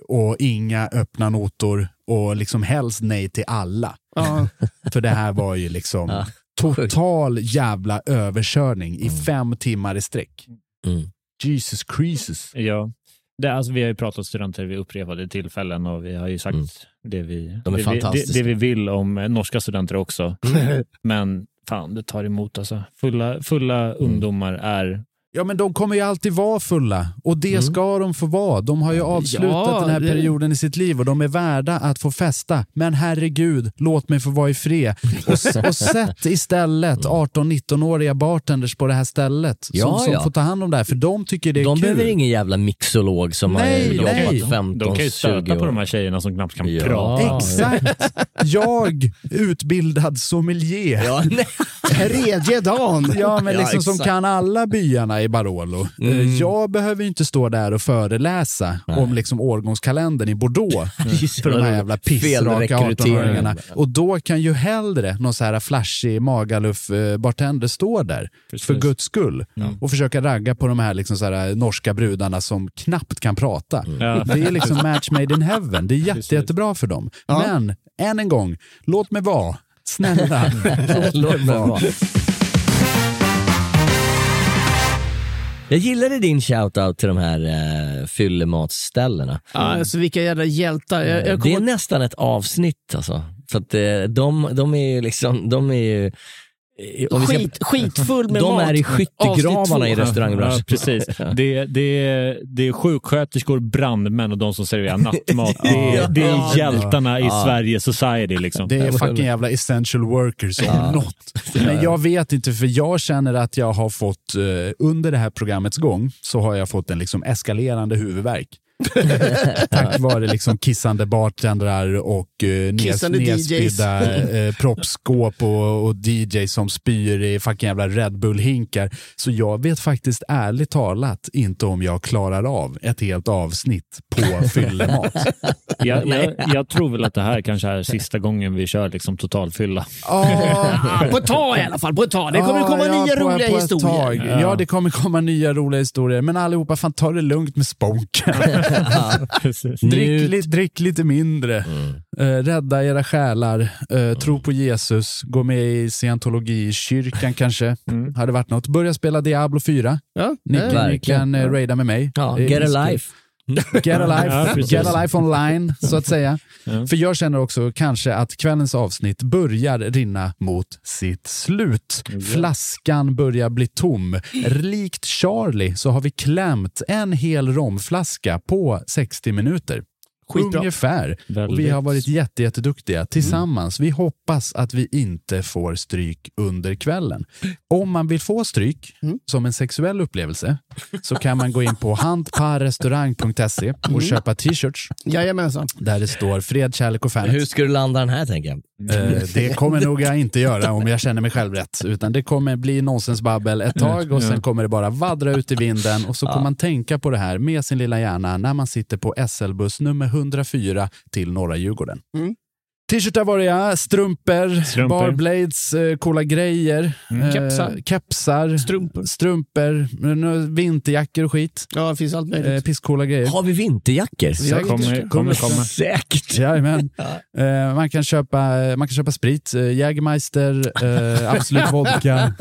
och inga öppna notor och liksom helst nej till alla. För det här var ju liksom total jävla överkörning i 5 timmar i sträck. Jesus Christus. Ja. Alltså, vi har ju pratat studenter vid upprepade tillfällen och vi har ju sagt det vi vill om norska studenter också. Men fan, det tar emot alltså. Fulla ungdomar är... Ja, men de kommer ju alltid vara fulla. Och det ska de få vara. De har ju avslutat den här perioden i sitt liv och de är värda att få festa. Men herregud, låt mig få vara i fred. Och sätt istället 18-19-åriga bartenders på det här stället som får ta hand om det här. För de tycker det är kul. De behöver ingen jävla mixolog som har jobbat 15-20 år. De kan ju stöta på de här tjejerna som knappt kan prata. Exakt. Jag, utbildad sommelier. Tredje dagen. Ja, men liksom som kan alla byarna i Barolo. Jag behöver inte stå där och föreläsa om liksom årgångskalendern i Bordeaux för de här jävla pissraka 18-åringarna. Och då kan ju hellre någon så här flashig Magaluf bartender stå där för Guds skull och försöka ragga på de här, liksom så här norska brudarna som knappt kan prata. Det är liksom match made in heaven. Det är jättebra för dem. Men än en gång, låt mig vara. Snälla, låt mig vara. Jag gillade din shoutout till de här fyllematställena. Alltså vilka jävla hjältar. Det är nästan ett avsnitt alltså. För att de är ju liksom, de är ju skitfull med de mat. De är i skyttegravarna i restaurangbranschen. Ja, precis. Det är sjuksköterskor, brandmän och de som serverar nattmat. Det är hjältarna i Sverige society liksom. Det är fucking jävla essential workers om något. Men jag vet inte, för jag känner att jag har fått under det här programmets gång så har jag fått en liksom eskalerande huvudvärk. Tack vare liksom kissande bartendrar och nedspydda proppskåp och DJ som spyr i fucking jävla Red Bull-hinkar. Så jag vet faktiskt ärligt talat inte om jag klarar av ett helt avsnitt på fyllemat. Jag tror väl att det här kanske är sista gången vi kör liksom totalfylla. På ett tag i alla fall, på ett tag. Det kommer komma nya roliga historier. Ja, det kommer komma nya roliga historier. Men allihopa, fan, ta det lugnt med sponken. Drick lite mindre. Rädda era själar. Tro på Jesus. Gå med i scientologikyrkan kanske. Hade varit något. Börja spela Diablo 4. Ni kan raida med mig. Get a life. Get a life online, så att säga. För jag känner också kanske att kvällens avsnitt börjar rinna mot sitt slut. Flaskan börjar bli tom. Likt Charlie så har vi klämt en hel romflaska på 60 minuter. Skitbra. Ungefär. Och vi har varit jätteduktiga tillsammans. Vi hoppas att vi inte får stryk under kvällen. Om man vill få stryk som en sexuell upplevelse så kan man gå in på handparrestaurang.se och köpa t-shirts. Jajamensan. Där det står fred, kärlek och fanet. Hur ska du landa den här, tänker jag? Det kommer nog jag inte göra om jag känner mig själv rätt. Utan det kommer bli nonsensbabbel ett tag och sen kommer det bara vaddra ut i vinden. Och så kommer man tänka på det här med sin lilla hjärna när man sitter på SL-buss nummer 104 till norra Djurgården. T-shirtar var det, strumpor, barblades, coola grejer, kepsar, strumpor, vinterjackor och skit. Ja, det finns allt möjligt. Pisscoola grejer. Har vi vinterjackor? Kommer. Säkert. Jajamän. Man kan köpa sprit, Jägermeister, Absolut Vodka.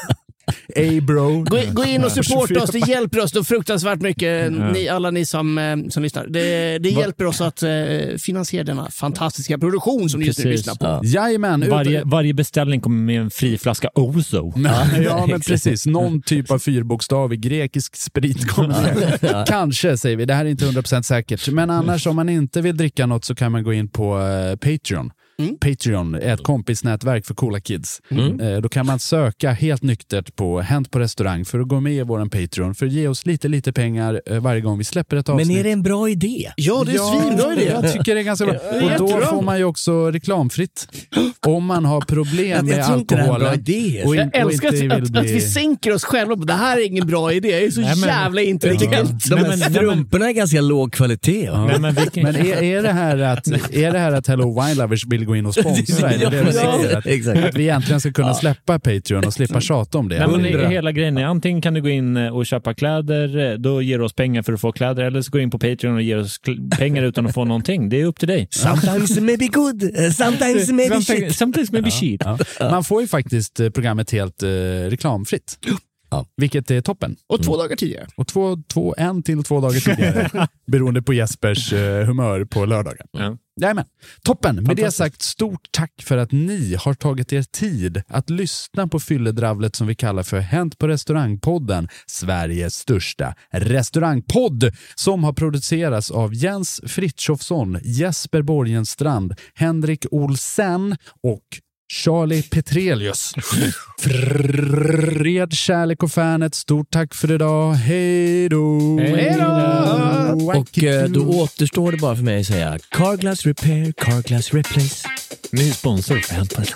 bro. Gå in och supporta oss, det hjälper oss då fruktansvärt mycket, alla ni som lyssnar. Det hjälper oss att finansiera denna fantastiska produktion som ni just nu lyssnar på. Jajamän. Varje beställning kommer med en fri flaska Ozo. Ja, men precis. Någon typ av fyrbokstavig grekisk sprit kommer med. Kanske, säger vi. Det här är inte 100% säkert. Men annars, om man inte vill dricka något så kan man gå in på Patreon. Patreon är ett kompisnätverk för coola kids. Då kan man söka helt nyktert på Hänt på restaurang för att gå med i våran Patreon, för att ge oss lite pengar varje gång vi släpper ett avsnitt. Men är det en bra idé? Ja, det är svinbra idé. Jag tycker det är ganska bra. Och då får man ju också reklamfritt om man har problem med alkoholen. Jag älskar att vi sänker oss själva. Det här är ingen bra idé. Jag är så jävla intelligent. De här strumporna är ganska låg kvalitet. Men är det här att Hello Wine Lovers vill gå in och sponsra. Är det du säger? Att vi egentligen ska kunna släppa Patreon och slippa tjata om det. Nej, men hela grejen är, antingen kan du gå in och köpa kläder, då ger du oss pengar för att få kläder, eller så går du in på Patreon och ger oss pengar utan att få någonting. Det är upp till dig. Sometimes maybe good, sometimes maybe shit. Sometimes maybe shit. Man får ju faktiskt programmet helt reklamfritt. Ja. Vilket är toppen. Och 2 dagar tidigare. Och 1 till 2 dagar tidigare. Beroende på Jespers humör på lördagen. Jajamän. Toppen. Med det sagt, stort tack för att ni har tagit er tid att lyssna på fylledravlet som vi kallar för Hänt på restaurangpodden, Sveriges största restaurangpodd, som har producerats av Jens Fritjofsson, Jesper Borgenstrand, Henrik Olsen och Charlie Petrelius. Fred, kärlek och fanet. Stort tack för idag. Hej då. Och då återstår det bara för mig att säga Carglass Repair, Carglass Replace. Ny sponsor för Hänt på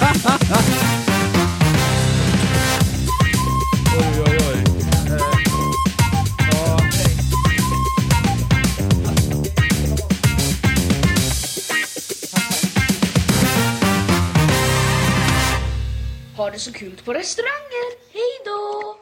Ha det så kul på restauranger. Hej då!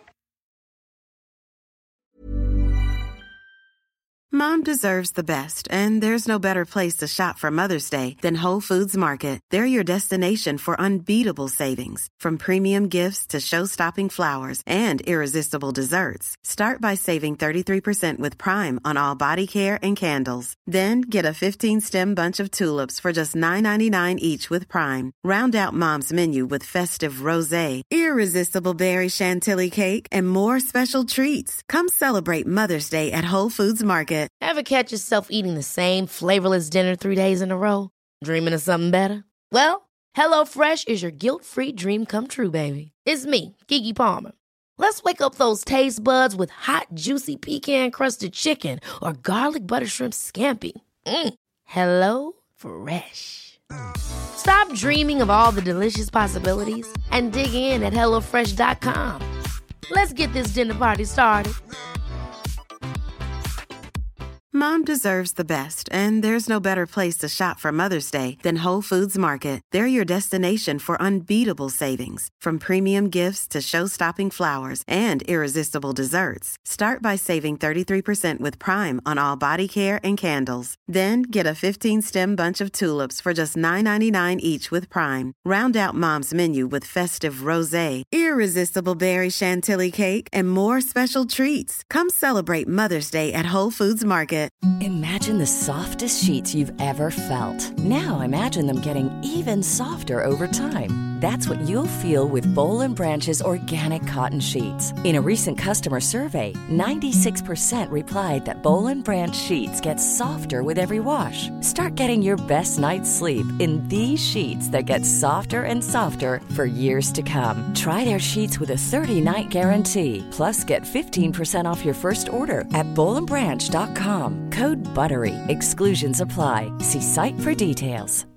Mom deserves the best, and there's no better place to shop for Mother's Day than Whole Foods Market. They're your destination for unbeatable savings, from premium gifts to show-stopping flowers and irresistible desserts. Start by saving 33% with Prime on all body care and candles. Then get a 15-stem bunch of tulips for just $9.99 each with Prime. Round out Mom's menu with festive rosé, irresistible berry chantilly cake, and more special treats. Come celebrate Mother's Day at Whole Foods Market. Ever catch yourself eating the same flavorless dinner 3 days in a row? Dreaming of something better? Well, HelloFresh is your guilt-free dream come true, baby. It's me, Keke Palmer. Let's wake up those taste buds with hot, juicy pecan-crusted chicken or garlic butter shrimp scampi. Hello Fresh. Stop dreaming of all the delicious possibilities and dig in at HelloFresh.com. Let's get this dinner party started. Mom deserves the best, and there's no better place to shop for Mother's Day than Whole Foods Market. They're your destination for unbeatable savings, from premium gifts to show-stopping flowers and irresistible desserts. Start by saving 33% with Prime on all body care and candles. Then get a 15-stem bunch of tulips for just $9.99 each with Prime. Round out Mom's menu with festive rosé, irresistible berry chantilly cake, and more special treats. Come celebrate Mother's Day at Whole Foods Market. Imagine the softest sheets you've ever felt. Now imagine them getting even softer over time. That's what you'll feel with Boll & Branch's organic cotton sheets. In a recent customer survey, 96% replied that Boll & Branch sheets get softer with every wash. Start getting your best night's sleep in these sheets that get softer and softer for years to come. Try their sheets with a 30-night guarantee. Plus, get 15% off your first order at bollandbranch.com. Code BUTTERY. Exclusions apply. See site for details.